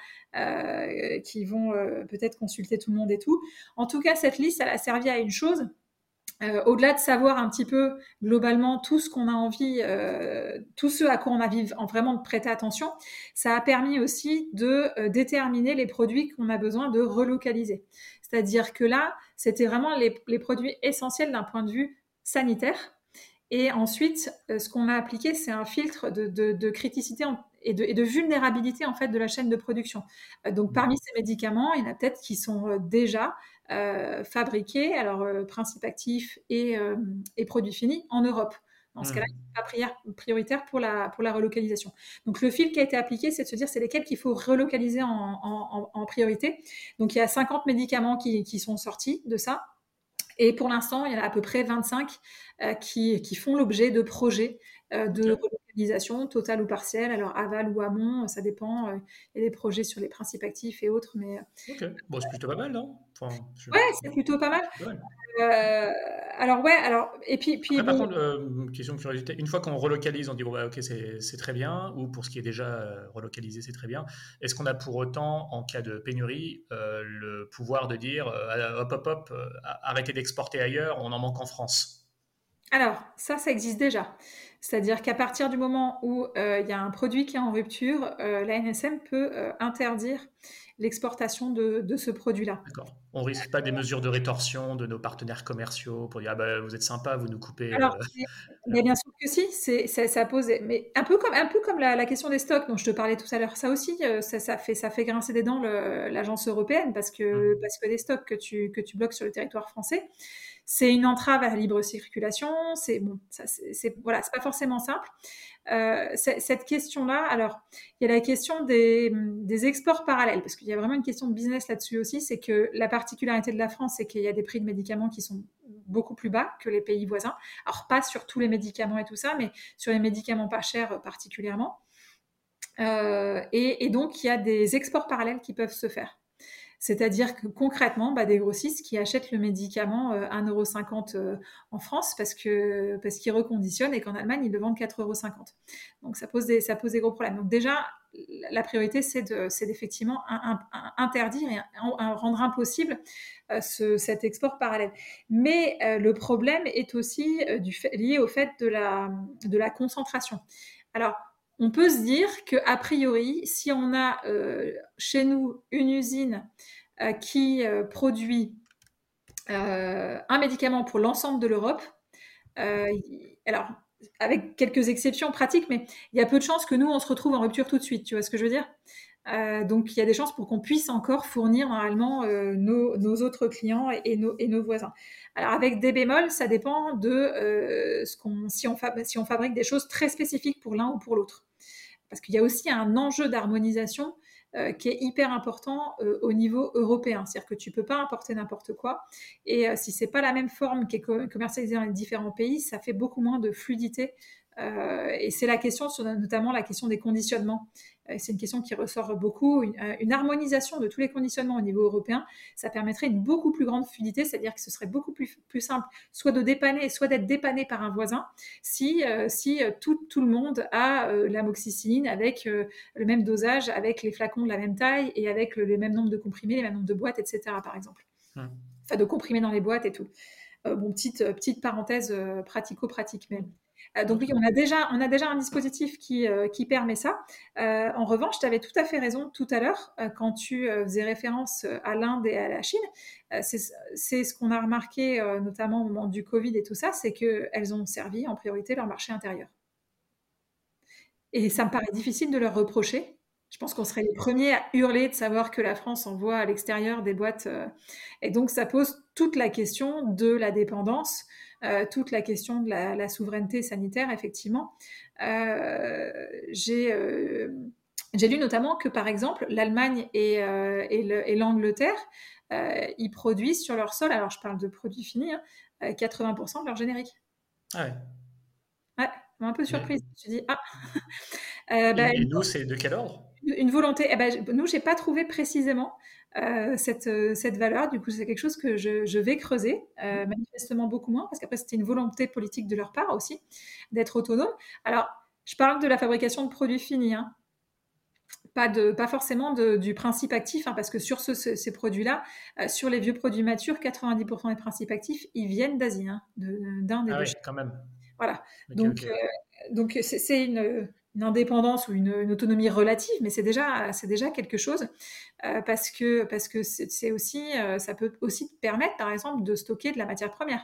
qu'ils vont peut-être consulter tout le monde et tout. En tout cas, cette liste, elle a servi à une chose. Au-delà de savoir un petit peu globalement tout ce qu'on a envie, tout ce à quoi on a envie vraiment de prêter attention, ça a permis aussi de déterminer les produits qu'on a besoin de relocaliser. C'est-à-dire que là, c'était vraiment les produits essentiels d'un point de vue sanitaire. Et ensuite, ce qu'on a appliqué, c'est un filtre de criticité et de vulnérabilité en fait de la chaîne de production. Donc parmi ces médicaments, il y en a peut-être qui sont déjà fabriqués, alors principe actif et produits finis en Europe. Dans ce cas-là, il n'est pas prioritaire pour la relocalisation. Donc le filtre qui a été appliqué, c'est de se dire c'est lesquels qu'il faut relocaliser en priorité. Donc il y a 50 médicaments qui sont sortis de ça. Et pour l'instant, il y en a à peu près 25 qui font l'objet de projets de relocalisation totale ou partielle, alors aval ou amont, ça dépend. Il y a des projets sur les principes actifs et autres, mais Ok, bon, c'est plutôt pas mal, non? Enfin, ouais, c'est plutôt pas mal. Ouais. Alors ouais, alors et puis Après, par bon, contre, question de curiosité, une fois qu'on relocalise, on dit bon bah ok c'est très bien, ou pour ce qui est déjà relocalisé c'est très bien. Est-ce qu'on a pour autant, en cas de pénurie, le pouvoir de dire hop hop hop, arrêtez d'exporter ailleurs, on en manque en France? alors ça existe déjà. C'est-à-dire qu'à partir du moment où il y a un produit qui est en rupture, l'ANSM peut interdire l'exportation de ce produit-là. D'accord. On risque pas des mesures de rétorsion de nos partenaires commerciaux pour dire ah bah, vous êtes sympa, vous nous coupez. Alors, mais bien sûr que si, ça pose, mais un peu comme la question des stocks dont je te parlais tout à l'heure. Ça aussi, ça fait grincer des dents l'agence européenne parce que les stocks que tu bloques sur le territoire français, c'est une entrave à la libre circulation. C'est bon, voilà, c'est pas forcément simple. Cette question-là, alors il y a la question des exports parallèles, parce qu'il y a vraiment une question de business là-dessus aussi, c'est que la particularité de la France, c'est qu'il y a des prix de médicaments qui sont beaucoup plus bas que les pays voisins. Alors pas sur tous les médicaments et tout ça, mais sur les médicaments pas chers particulièrement. Et donc il y a des exports parallèles qui peuvent se faire. C'est-à-dire que concrètement, des grossistes qui achètent le médicament 1,50 € en France parce qu'ils reconditionnent et qu'en Allemagne, ils le vendent 4,50 €. Donc ça pose des gros problèmes. Donc déjà, la priorité, c'est d'effectivement interdire et rendre impossible cet export parallèle. Mais le problème est aussi lié au fait de la concentration. Alors, on peut se dire qu'a priori, si on a chez nous une usine qui produit un médicament pour l'ensemble de l'Europe, alors avec quelques exceptions pratiques, mais il y a peu de chances que nous, on se retrouve en rupture tout de suite, tu vois ce que je veux dire ? Donc il y a des chances pour qu'on puisse encore fournir normalement nos autres clients et nos voisins. Alors avec des bémols, ça dépend de si on fabrique des choses très spécifiques pour l'un ou pour l'autre. Parce qu'il y a aussi un enjeu d'harmonisation qui est hyper important au niveau européen. C'est-à-dire que tu ne peux pas importer n'importe quoi. Et si ce n'est pas la même forme qui est commercialisée dans les différents pays, ça fait beaucoup moins de fluidité. Et c'est la question, notamment la question des conditionnements. C'est une question qui ressort beaucoup. Une harmonisation de tous les conditionnements au niveau européen, ça permettrait une beaucoup plus grande fluidité, c'est-à-dire que ce serait beaucoup plus simple, soit de dépanner, soit d'être dépanné par un voisin, si tout le monde a l'amoxicilline avec le même dosage, avec les flacons de la même taille et avec le même nombre de comprimés, les mêmes nombres de boîtes, etc. par exemple. Enfin, de comprimés dans les boîtes et tout. Petite parenthèse pratico-pratique même. Donc oui, on a déjà un dispositif qui permet ça. En revanche, tu avais tout à fait raison tout à l'heure quand tu faisais référence à l'Inde et à la Chine. C'est ce qu'on a remarqué notamment au moment du Covid et tout ça, c'est qu'elles ont servi en priorité leur marché intérieur. Et ça me paraît difficile de leur reprocher. Je pense qu'on serait les premiers à hurler de savoir que la France envoie à l'extérieur des boîtes. Et donc, ça pose toute la question de la dépendance, toute la question de la souveraineté sanitaire, effectivement. J'ai lu notamment que, par exemple, l'Allemagne et l'Angleterre, ils produisent sur leur sol, alors je parle de produits finis, 80% de leur générique. Ah ouais. Ouais, un peu surprise. Je me suis dit, et nous, c'est de quel ordre ? Une volonté. Nous, j'ai pas trouvé précisément cette valeur. Du coup, c'est quelque chose que je vais creuser, manifestement beaucoup moins, parce qu'après, c'était une volonté politique de leur part aussi, d'être autonome. Alors, je parle de la fabrication de produits finis, hein. Pas forcément du principe actif, hein, parce que sur ces produits-là, sur les vieux produits matures, 90% des principes actifs, ils viennent d'Asie, hein, d'Inde et de Chine. Quand même. Voilà. Okay, donc c'est une indépendance ou une autonomie relative, mais c'est déjà quelque chose parce que c'est aussi ça peut aussi te permettre, par exemple, de stocker de la matière première.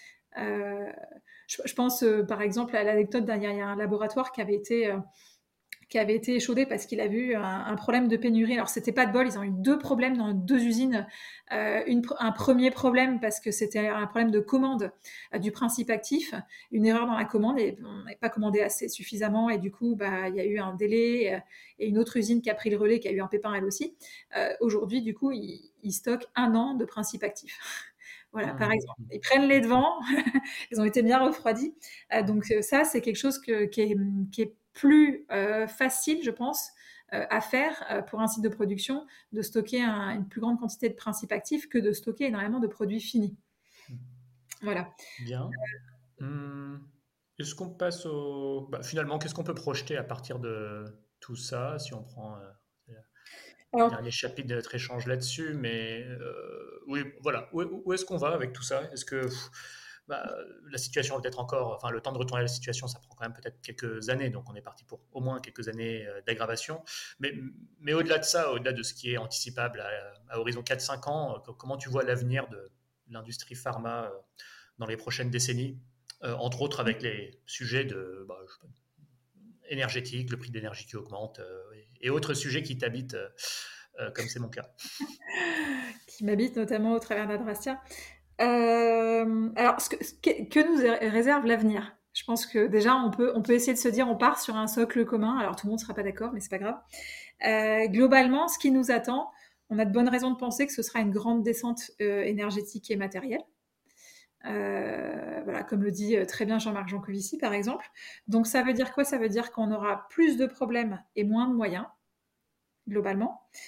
Je pense par exemple à l'anecdote il y a un laboratoire qui avait été échaudé parce qu'il a eu un problème de pénurie. Alors, c'était pas de bol, ils ont eu 2 problèmes dans 2 usines. Un premier problème parce que c'était un problème de commande du principe actif, une erreur dans la commande et on n'avait pas commandé assez suffisamment et du coup, il y a eu un délai et une autre usine qui a pris le relais, qui a eu un pépin elle aussi. Aujourd'hui, du coup, ils stockent 1 an de principe actif. Voilà, par exemple. Ils prennent les devants, ils ont été bien refroidis. Donc ça, c'est quelque chose qui est plus facile, je pense, à faire pour un site de production, de stocker une plus grande quantité de principes actifs que de stocker énormément de produits finis. Voilà. Bien. Est-ce qu'on passe au... finalement, qu'est-ce qu'on peut projeter à partir de tout ça, si on prend le dernier chapitre de notre échange là-dessus, mais oui, voilà, où est-ce qu'on va avec tout ça ? Est-ce que la situation va peut-être encore, enfin le temps de retourner à la situation, ça prend quand même peut-être quelques années, donc on est parti pour au moins quelques années d'aggravation. Mais au-delà de ça, au-delà de ce qui est anticipable à horizon 4-5 ans, comment tu vois l'avenir de l'industrie pharma dans les prochaines décennies, entre autres avec les sujets de énergétique, le prix de l'énergie qui augmente et autres sujets qui t'habitent, comme c'est mon cas. Qui m'habitent notamment au travers d'Adrastia. Alors, que nous réserve l'avenir ? Je pense que déjà, on peut essayer de se dire, on part sur un socle commun. Alors, tout le monde ne sera pas d'accord, mais c'est pas grave. Globalement, ce qui nous attend, on a de bonnes raisons de penser que ce sera une grande descente énergétique et matérielle. Voilà, comme le dit très bien Jean-Marc Jancovici, par exemple. Donc, ça veut dire quoi ? Ça veut dire qu'on aura plus de problèmes et moins de moyens, globalement.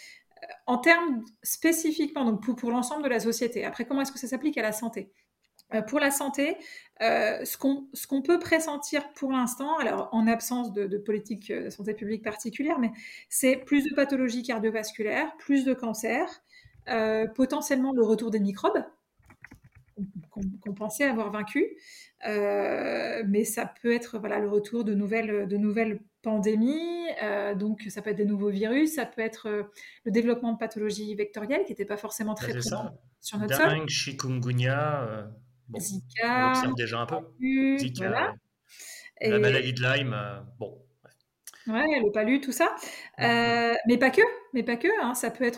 En termes spécifiquement, donc pour l'ensemble de la société, après, comment est-ce que ça s'applique à la santé ? Pour la santé, ce qu'on peut pressentir pour l'instant, alors en absence de politique de santé publique particulière, mais c'est plus de pathologies cardiovasculaires, plus de cancers, potentiellement le retour des microbes qu'on pensait avoir vaincus, mais ça peut être le retour de nouvelles pandémies, donc ça peut être des nouveaux virus, ça peut être le développement de pathologies vectorielles qui n'étaient pas forcément très C'est présentes ça. sur notre sol. Dengue, chikungunya, bon, on Zika, l'observe déjà un peu. Zika, voilà. ouais. La Et maladie de Lyme, bon. ouais, le palu, tout ça. Mhm. Mais pas que, hein.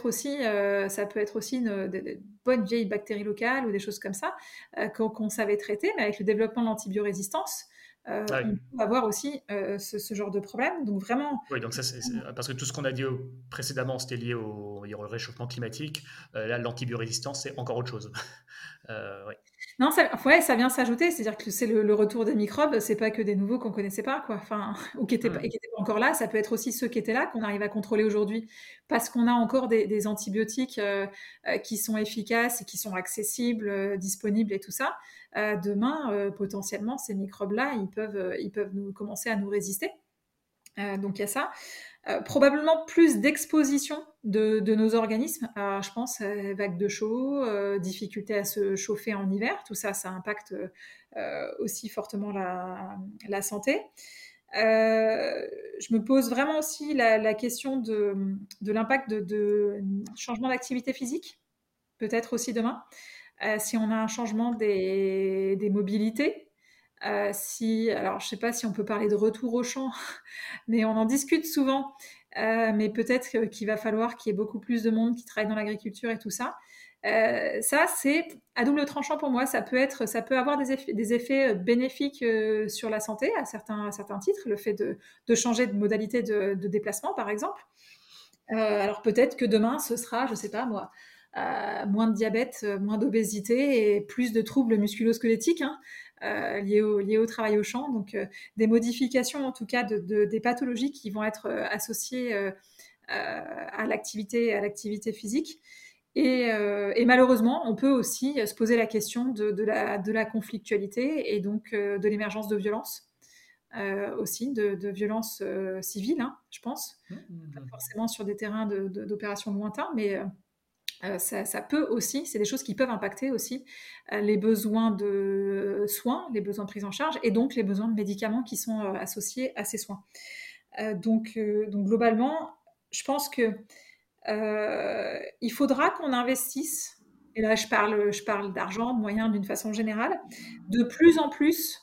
Ça peut être aussi de bonnes vieilles bactéries locales ou des choses comme ça qu'on savait traiter, mais avec le développement de l'antibiorésistance, Ah oui. on peut avoir aussi ce genre de problème. Donc vraiment, Oui, donc ça, parce que tout ce qu'on a dit précédemment, c'était lié au réchauffement climatique. Là, l'antibiorésistance, c'est encore autre chose. Ouais. non, ça vient s'ajouter, c'est-à-dire que c'est le retour des microbes, c'est pas que des nouveaux qu'on connaissait pas, quoi. Enfin, ou Mhm. qui étaient pas encore là. Ça peut être aussi ceux qui étaient là qu'on arrive à contrôler aujourd'hui, parce qu'on a encore des antibiotiques qui sont efficaces et qui sont accessibles, disponibles et tout ça. Demain, potentiellement, ces microbes-là, ils peuvent commencer à nous résister. Donc il y a ça. Probablement plus d'exposition de nos organismes. Je pense vagues de chaud, difficulté à se chauffer en hiver, tout ça, ça impacte aussi fortement la santé. Je me pose vraiment aussi la question de l'impact de changement d'activité physique, peut-être aussi demain. Si on a un changement des mobilités, alors je ne sais pas si on peut parler de retour au champ, mais on en discute souvent. Mais peut-être qu'il va falloir qu'il y ait beaucoup plus de monde qui travaille dans l'agriculture et tout ça. Ça, c'est à double tranchant pour moi. Ça peut avoir des effets bénéfiques sur la santé à certains titres, le fait de changer de modalité de déplacement, par exemple. Alors peut-être que demain, ce sera, je ne sais pas moi, moins de diabète, moins d'obésité et plus de troubles musculo-squelettiques hein, liés au travail au champ. Donc des modifications en tout cas des pathologies qui vont être associées à l'activité physique. Et malheureusement, on peut aussi se poser la question de la conflictualité et donc de l'émergence de violences aussi, de violences civiles, hein, je pense. Pas Mhm. forcément sur des terrains d'opérations lointains, mais ça peut aussi, c'est des choses qui peuvent impacter aussi les besoins de soins, les besoins de prise en charge et donc les besoins de médicaments qui sont associés à ces soins. Donc globalement, je pense que il faudra qu'on investisse, et là je parle d'argent, de moyens d'une façon générale, de plus en plus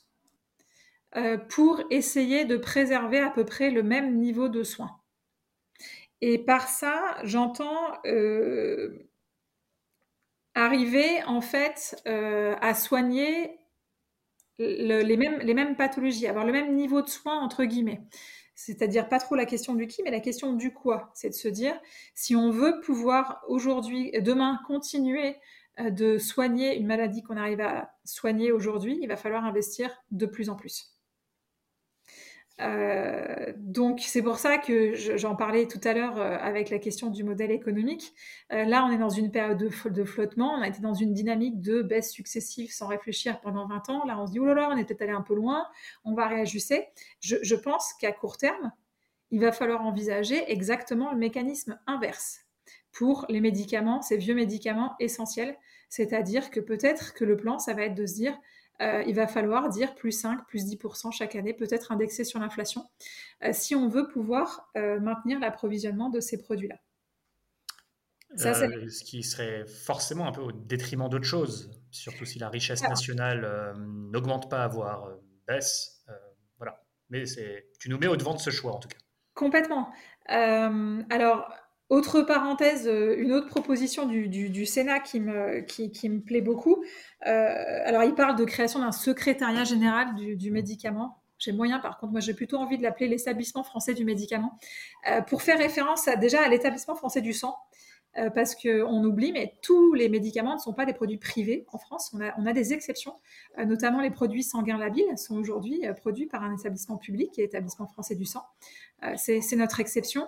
pour essayer de préserver à peu près le même niveau de soins. Et par ça, j'entends arriver en fait à soigner les mêmes pathologies, avoir le même niveau de soins entre guillemets. C'est-à-dire pas trop la question du qui, mais la question du quoi. C'est de se dire, si on veut pouvoir aujourd'hui, demain, continuer de soigner une maladie qu'on arrive à soigner aujourd'hui, il va falloir investir de plus en plus. Donc c'est pour ça que j'en parlais tout à l'heure avec la question du modèle économique. Là, on est dans une période de flottement. On a été dans une dynamique de baisse successive sans réfléchir pendant 20 ans. Là, on se dit, oh là là, on est peut-être allé un peu loin, on va réajuster. Je pense qu'à court terme, il va falloir envisager exactement le mécanisme inverse pour les médicaments, ces vieux médicaments essentiels. C'est-à-dire que peut-être que le plan, ça va être de se dire, il va falloir dire plus 5, plus 10% chaque année, peut-être indexé sur l'inflation, si on veut pouvoir maintenir l'approvisionnement de ces produits-là. Ça, c'est Ce qui serait forcément un peu au détriment d'autres choses, surtout si la richesse nationale n'augmente pas, voire baisse. Voilà. Mais tu nous mets au devant de ce choix, en tout cas. complètement. Alors, autre parenthèse, une autre proposition du Sénat qui me plaît beaucoup. Alors, il parle de création d'un secrétariat général du médicament. J'ai moyen, par contre, moi j'ai plutôt envie de l'appeler l'établissement français du médicament, pour faire référence déjà à l'établissement français du sang, parce qu'on oublie, mais tous les médicaments ne sont pas des produits privés en France. On a des exceptions, notamment les produits sanguins labiles sont aujourd'hui produits par un établissement public, qui est l'établissement français du sang. C'est notre exception.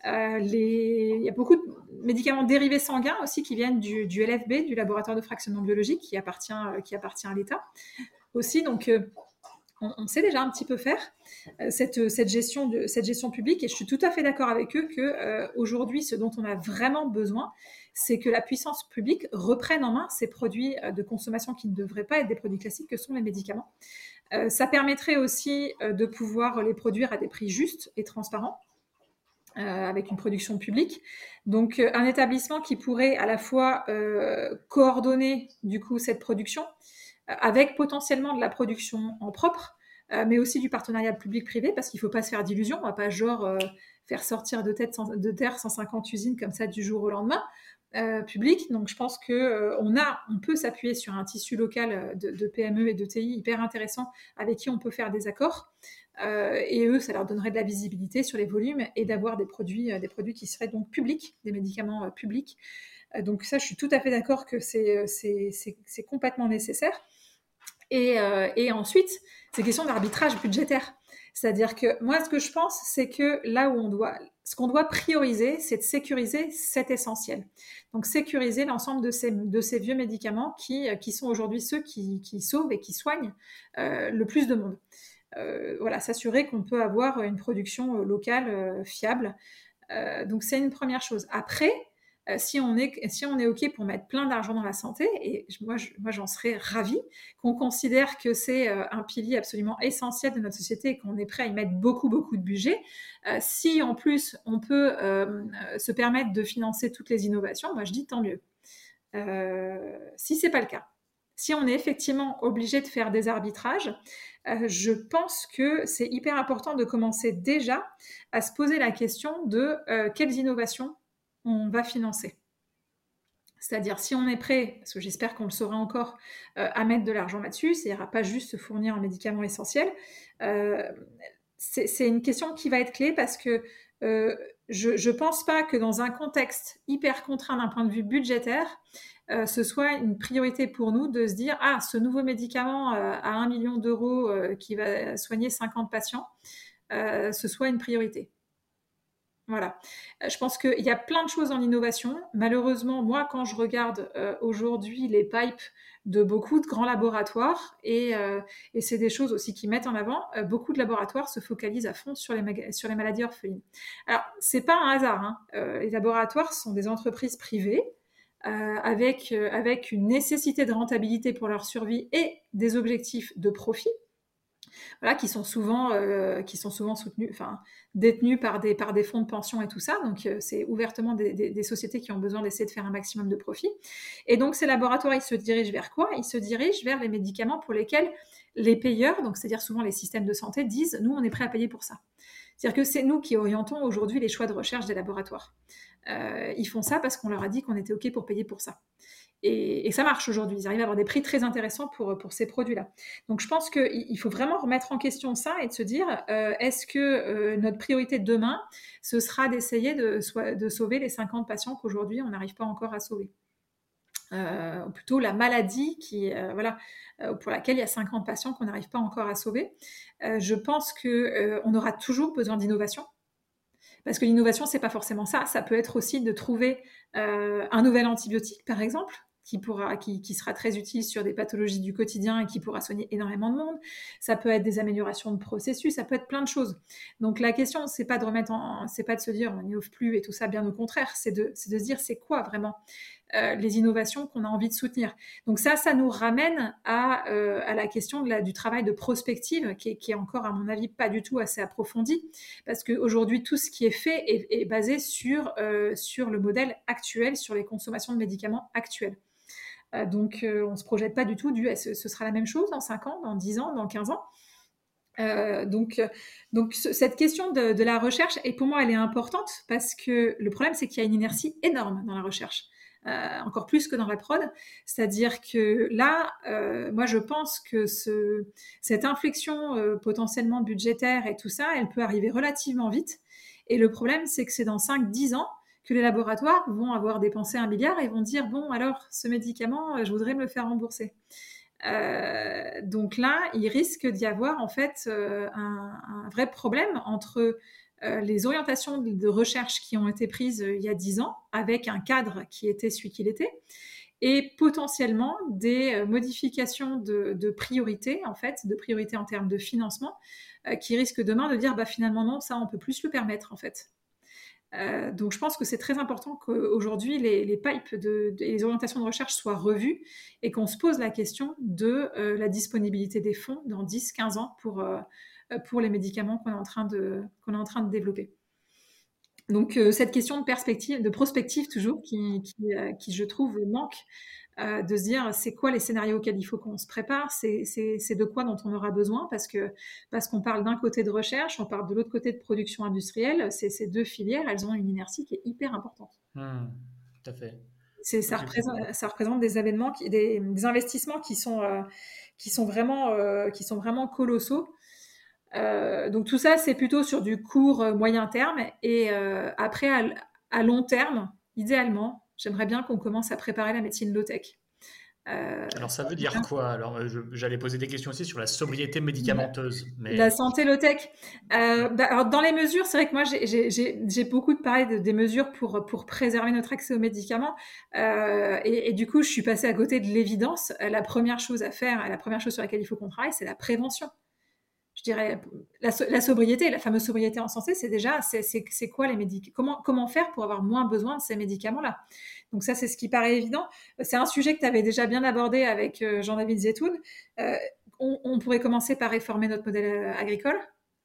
Il y a beaucoup de médicaments dérivés sanguins aussi qui viennent du LFB, du laboratoire de fractionnement biologique, qui appartient à l'État aussi. Donc, on sait déjà un petit peu faire cette gestion publique, et je suis tout à fait d'accord avec eux que aujourd'hui, ce dont on a vraiment besoin, c'est que la puissance publique reprenne en main ces produits de consommation qui ne devraient pas être des produits classiques que sont les médicaments. Ça permettrait aussi de pouvoir les produire à des prix justes et transparents, avec une production publique. Donc, un établissement qui pourrait à la fois coordonner du coup cette production avec potentiellement de la production en propre, mais aussi du partenariat public-privé, parce qu'il ne faut pas se faire d'illusions. On ne va pas faire sortir de terre 150 usines comme ça du jour au lendemain. Public. Donc, je pense on peut s'appuyer sur un tissu local de PME et de TI hyper intéressant avec qui on peut faire des accords. Et eux, ça leur donnerait de la visibilité sur les volumes et d'avoir des produits qui seraient donc publics, des médicaments publics. Donc ça, je suis tout à fait d'accord que c'est complètement nécessaire. Et ensuite, c'est question d'arbitrage budgétaire. C'est-à-dire que moi, ce que je pense, c'est que ce qu'on doit prioriser, c'est de sécuriser cet essentiel. Donc, sécuriser l'ensemble de ces vieux médicaments qui sont aujourd'hui ceux qui sauvent et qui soignent le plus de monde. Voilà, s'assurer qu'on peut avoir une production locale fiable. Donc, c'est une première chose. Après, si on est OK pour mettre plein d'argent dans la santé, et moi j'en serais ravie, qu'on considère que c'est un pilier absolument essentiel de notre société et qu'on est prêt à y mettre beaucoup, beaucoup de budget, si en plus on peut se permettre de financer toutes les innovations, moi je dis tant mieux. Si c'est pas le cas, si on est effectivement obligé de faire des arbitrages, je pense que c'est hyper important de commencer déjà à se poser la question de quelles innovations on va financer. C'est-à-dire, si on est prêt, parce que j'espère qu'on le saura encore, à mettre de l'argent là-dessus, c'est-à-dire à pas juste se fournir en médicaments essentiels, c'est une question qui va être clé, parce que je pense pas que dans un contexte hyper contraint d'un point de vue budgétaire, ce soit une priorité pour nous de se dire « Ah, ce nouveau médicament à 1 million d'euros qui va soigner 50 patients, ce soit une priorité ». Voilà. Je pense qu'il y a plein de choses en innovation. Malheureusement, moi, quand je regarde aujourd'hui les pipes de beaucoup de grands laboratoires, et c'est des choses aussi qui mettent en avant, beaucoup de laboratoires se focalisent à fond sur les maladies orphelines. Alors, c'est pas un hasard, hein. Les laboratoires sont des entreprises privées avec une nécessité de rentabilité pour leur survie et des objectifs de profit. Voilà, qui sont souvent soutenus, enfin détenus par des fonds de pension et tout ça. Donc c'est ouvertement des sociétés qui ont besoin d'essayer de faire un maximum de profit. Et donc ces laboratoires, ils se dirigent vers quoi? Ils se dirigent vers les médicaments pour lesquels les payeurs, donc c'est-à-dire souvent les systèmes de santé, disent nous on est prêt à payer pour ça. C'est-à-dire que c'est nous qui orientons aujourd'hui les choix de recherche des laboratoires. Ils font ça parce qu'on leur a dit qu'on était OK pour payer pour ça. Et ça marche aujourd'hui. Ils arrivent à avoir des prix très intéressants pour ces produits-là. Donc, je pense qu'il faut vraiment remettre en question ça et de se dire, est-ce que notre priorité de demain, ce sera d'essayer de sauver les 50 patients qu'aujourd'hui, on n'arrive pas encore à sauver, ou plutôt la maladie pour laquelle il y a 50 patients qu'on n'arrive pas encore à sauver. Je pense qu'on aura toujours besoin d'innovation. Parce que l'innovation, c'est pas forcément ça. Ça peut être aussi de trouver un nouvel antibiotique, par exemple, qui sera très utile sur des pathologies du quotidien et qui pourra soigner énormément de monde. Ça peut être des améliorations de processus, ça peut être plein de choses. Donc la question, c'est pas de se dire on n'y offre plus et tout ça, bien au contraire, c'est de se dire c'est quoi vraiment les innovations qu'on a envie de soutenir. Donc ça nous ramène à la question du travail de prospective qui est encore, à mon avis, pas du tout assez approfondi, parce qu'aujourd'hui, tout ce qui est fait est basé sur le modèle actuel, sur les consommations de médicaments actuels. Donc, on ne se projette pas du tout ce sera la même chose dans 5 ans, dans 10 ans, dans 15 ans. Donc, cette question de la recherche, et pour moi, elle est importante parce que le problème, c'est qu'il y a une inertie énorme dans la recherche. Encore plus que dans la prod, c'est-à-dire que là, moi je pense que cette inflexion potentiellement budgétaire et tout ça, elle peut arriver relativement vite, et le problème c'est que c'est dans 5-10 ans que les laboratoires vont avoir dépensé 1 milliard et vont dire bon alors ce médicament je voudrais me le faire rembourser. Donc là il risque d'y avoir en fait un vrai problème entre les orientations de recherche qui ont été prises il y a 10 ans, avec un cadre qui était celui qu'il était, et potentiellement des modifications de priorité, en fait, de priorité en termes de financement, qui risquent demain de dire, finalement, non, ça, on peut plus le permettre, en fait. Donc je pense que c'est très important qu'aujourd'hui les pipes les orientations de recherche soient revues et qu'on se pose la question de la disponibilité des fonds dans 10-15 ans pour les médicaments qu'on est en train de développer. Donc cette question de perspective, de prospective toujours, qui je trouve manque, de se dire c'est quoi les scénarios auxquels il faut qu'on se prépare, c'est de quoi dont on aura besoin, parce qu'on parle d'un côté de recherche, on parle de l'autre côté de production industrielle, ces deux filières, elles ont une inertie qui est hyper importante. Tout à fait. Ça représente des événements, des investissements qui sont vraiment colossaux. Donc tout ça, c'est plutôt sur du court moyen terme. Et après, à long terme, idéalement, j'aimerais bien qu'on commence à préparer la médecine low-tech. Alors ça veut dire quoi? Alors j'allais poser des questions aussi sur la sobriété médicamenteuse, mais La santé low-tech. Alors dans les mesures, c'est vrai que moi j'ai beaucoup parlé des mesures pour préserver notre accès aux médicaments, et du coup je suis passée à côté de l'évidence. La première chose à faire, la première chose sur laquelle il faut qu'on travaille, c'est la prévention. Je dirais la sobriété, la fameuse sobriété en santé, c'est déjà c'est quoi les médicaments, comment faire pour avoir moins besoin de ces médicaments-là. Donc ça, c'est ce qui paraît évident. C'est un sujet que tu avais déjà bien abordé avec Jean-David Zetoun. On pourrait commencer par réformer notre modèle agricole.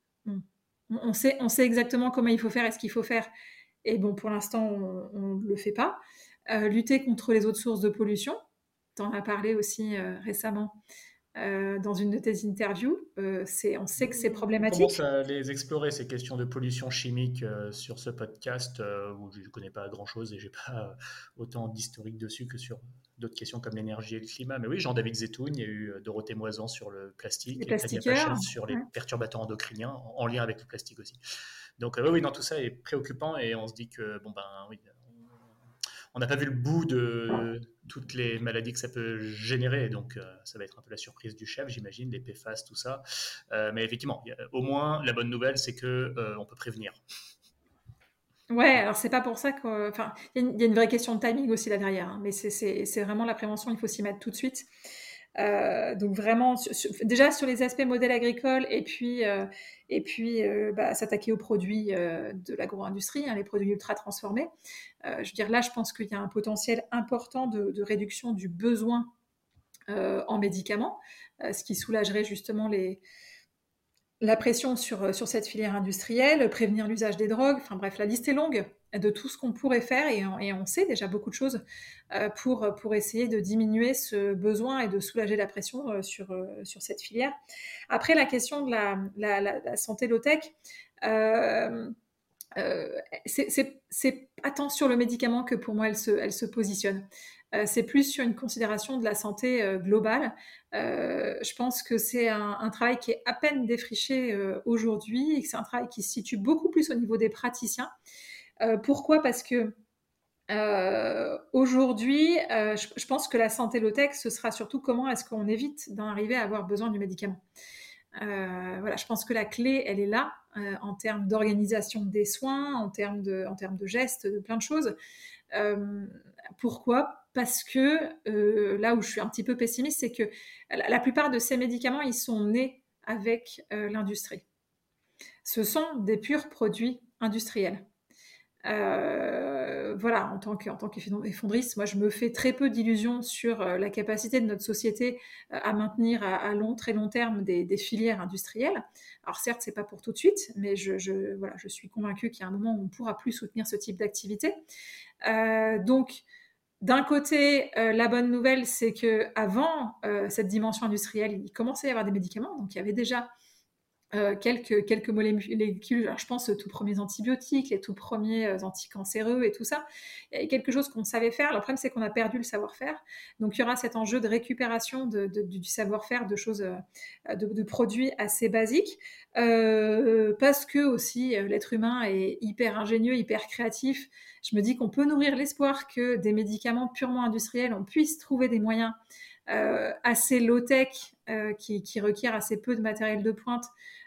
On sait exactement comment il faut faire et ce qu'il faut faire. Et bon, pour l'instant, on ne le fait pas. Lutter contre les autres sources de pollution. Tu en as parlé aussi récemment. Dans une de tes interviews, on sait que c'est problématique. On commence à les explorer, ces questions de pollution chimique sur ce podcast où je ne connais pas grand-chose et je n'ai pas autant d'historique dessus que sur d'autres questions comme l'énergie et le climat. Mais oui, Jean-David Zetoun, il y a eu Dorothée Moisan sur le plastique et Tania Pachel sur les perturbateurs endocriniens, en lien avec le plastique aussi. Donc oui, tout ça est préoccupant et on se dit que, oui, on n'a pas vu le bout de toutes les maladies que ça peut générer, donc ça va être un peu la surprise du chef, j'imagine, les PFAS, tout ça. Mais effectivement, au moins, la bonne nouvelle, c'est qu'on peut prévenir. Ouais, alors c'est pas pour ça que... Enfin, il y a une vraie question de timing aussi là derrière, hein, mais c'est vraiment la prévention, il faut s'y mettre tout de suite. Donc vraiment, déjà sur les aspects modèle agricole et puis s'attaquer aux produits de l'agro-industrie, hein, les produits ultra transformés. Je veux dire, là, je pense qu'il y a un potentiel important de réduction du besoin en médicaments, ce qui soulagerait justement la pression sur cette filière industrielle, prévenir l'usage des drogues, enfin bref, la liste est longue de tout ce qu'on pourrait faire et on sait déjà beaucoup de choses pour essayer de diminuer ce besoin et de soulager la pression sur cette filière. Après, la question de la santé low-tech, c'est pas tant sur le médicament que pour moi elle se positionne. C'est plus sur une considération de la santé globale. Je pense que c'est un travail qui est à peine défriché aujourd'hui et que c'est un travail qui se situe beaucoup plus au niveau des praticiens. Pourquoi ? Parce que aujourd'hui, je pense que la santé low-tech, ce sera surtout comment est-ce qu'on évite d'en arriver à avoir besoin du médicament. Voilà, je pense que la clé, elle est là, en termes d'organisation des soins, en termes de gestes, de plein de choses. Pourquoi ? Parce que là où je suis un petit peu pessimiste, c'est que la plupart de ces médicaments, ils sont nés avec l'industrie. Ce sont des purs produits industriels. Voilà, en tant qu'effondriste, moi je me fais très peu d'illusions sur la capacité de notre société à maintenir à très long terme des filières industrielles. Alors certes, c'est pas pour tout de suite, mais je suis convaincue qu'il y a un moment où on pourra plus soutenir ce type d'activité. Donc, d'un côté, la bonne nouvelle, c'est que avant cette dimension industrielle, il commençait à y avoir des médicaments, donc il y avait déjà quelques molécules, alors je pense aux tout premiers antibiotiques, les tout premiers anticancéreux et tout ça. Il y avait quelque chose qu'on savait faire. Le problème, c'est qu'on a perdu le savoir-faire. Donc, il y aura cet enjeu de récupération du savoir-faire, de choses, de produits assez basiques, parce que aussi l'être humain est hyper ingénieux, hyper créatif. Je me dis qu'on peut nourrir l'espoir que des médicaments purement industriels, on puisse trouver des moyens assez low-tech qui requièrent assez peu de matériel de pointe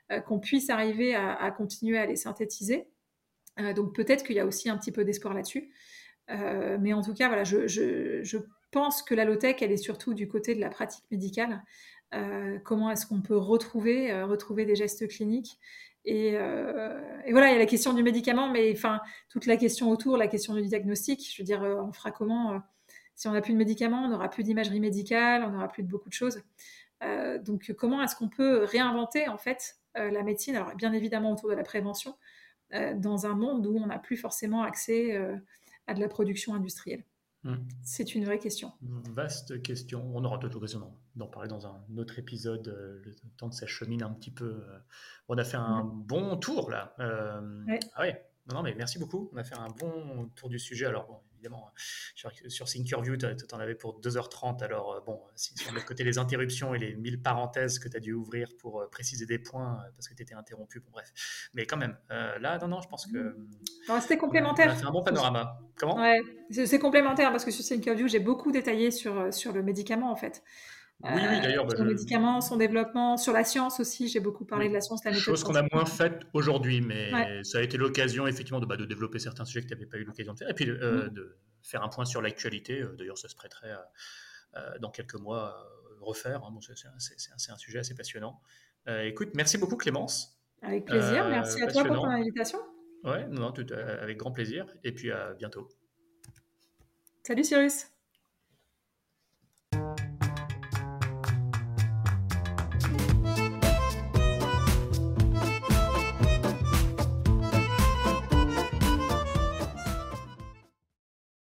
qu'on puisse arriver à continuer à les synthétiser. Donc peut-être qu'il y a aussi un petit peu d'espoir là-dessus. Mais en tout cas, voilà, je pense que la low-tech, elle est surtout du côté de la pratique médicale. Comment est-ce qu'on peut retrouver des gestes cliniques et voilà, il y a la question du médicament, mais enfin, toute la question autour, la question du diagnostic. Je veux dire, on fera comment si on n'a plus de médicaments, on n'aura plus d'imagerie médicale, on n'aura plus de beaucoup de choses. Donc, comment est-ce qu'on peut réinventer en fait la médecine? Alors, bien évidemment autour de la prévention, dans un monde où on n'a plus forcément accès à de la production industrielle. C'est une vraie question. Vaste question. On aura peut-être l'occasion d'en parler dans un autre épisode, le temps que ça chemine un petit peu. On a fait un bon tour là. Ouais. Ah ouais, non, mais merci beaucoup. On a fait un bon tour du sujet. Alors, bon, évidemment, sur Thinkerview, tu en avais pour 2h30. Alors, bon, si on met de côté les interruptions et les 1000 parenthèses que tu as dû ouvrir pour préciser des points parce que tu étais interrompu, bon, bref. Mais quand même, là, non, je pense que C'était on complémentaire. a fait un bon panorama. Comment? Ouais, c'est complémentaire parce que sur Thinkerview, j'ai beaucoup détaillé sur le médicament en fait. Oui, d'ailleurs, Sur le médicament, son développement, sur la science aussi, j'ai beaucoup parlé de la science, la méthode chose qu'on a scientifique. moins faite aujourd'hui, Ouais. mais ça a été l'occasion effectivement de développer certains sujets que tu n'avais pas eu l'occasion de faire, et puis de faire un point sur l'actualité. D'ailleurs, ça se prêterait dans quelques mois à refaire. Hein. Bon, c'est un sujet assez passionnant. Écoute, merci beaucoup Clémence. Avec plaisir. Merci à toi pour ton Passionnant. invitation. Ouais, non, avec grand plaisir. Et puis à bientôt. Salut Cyrus.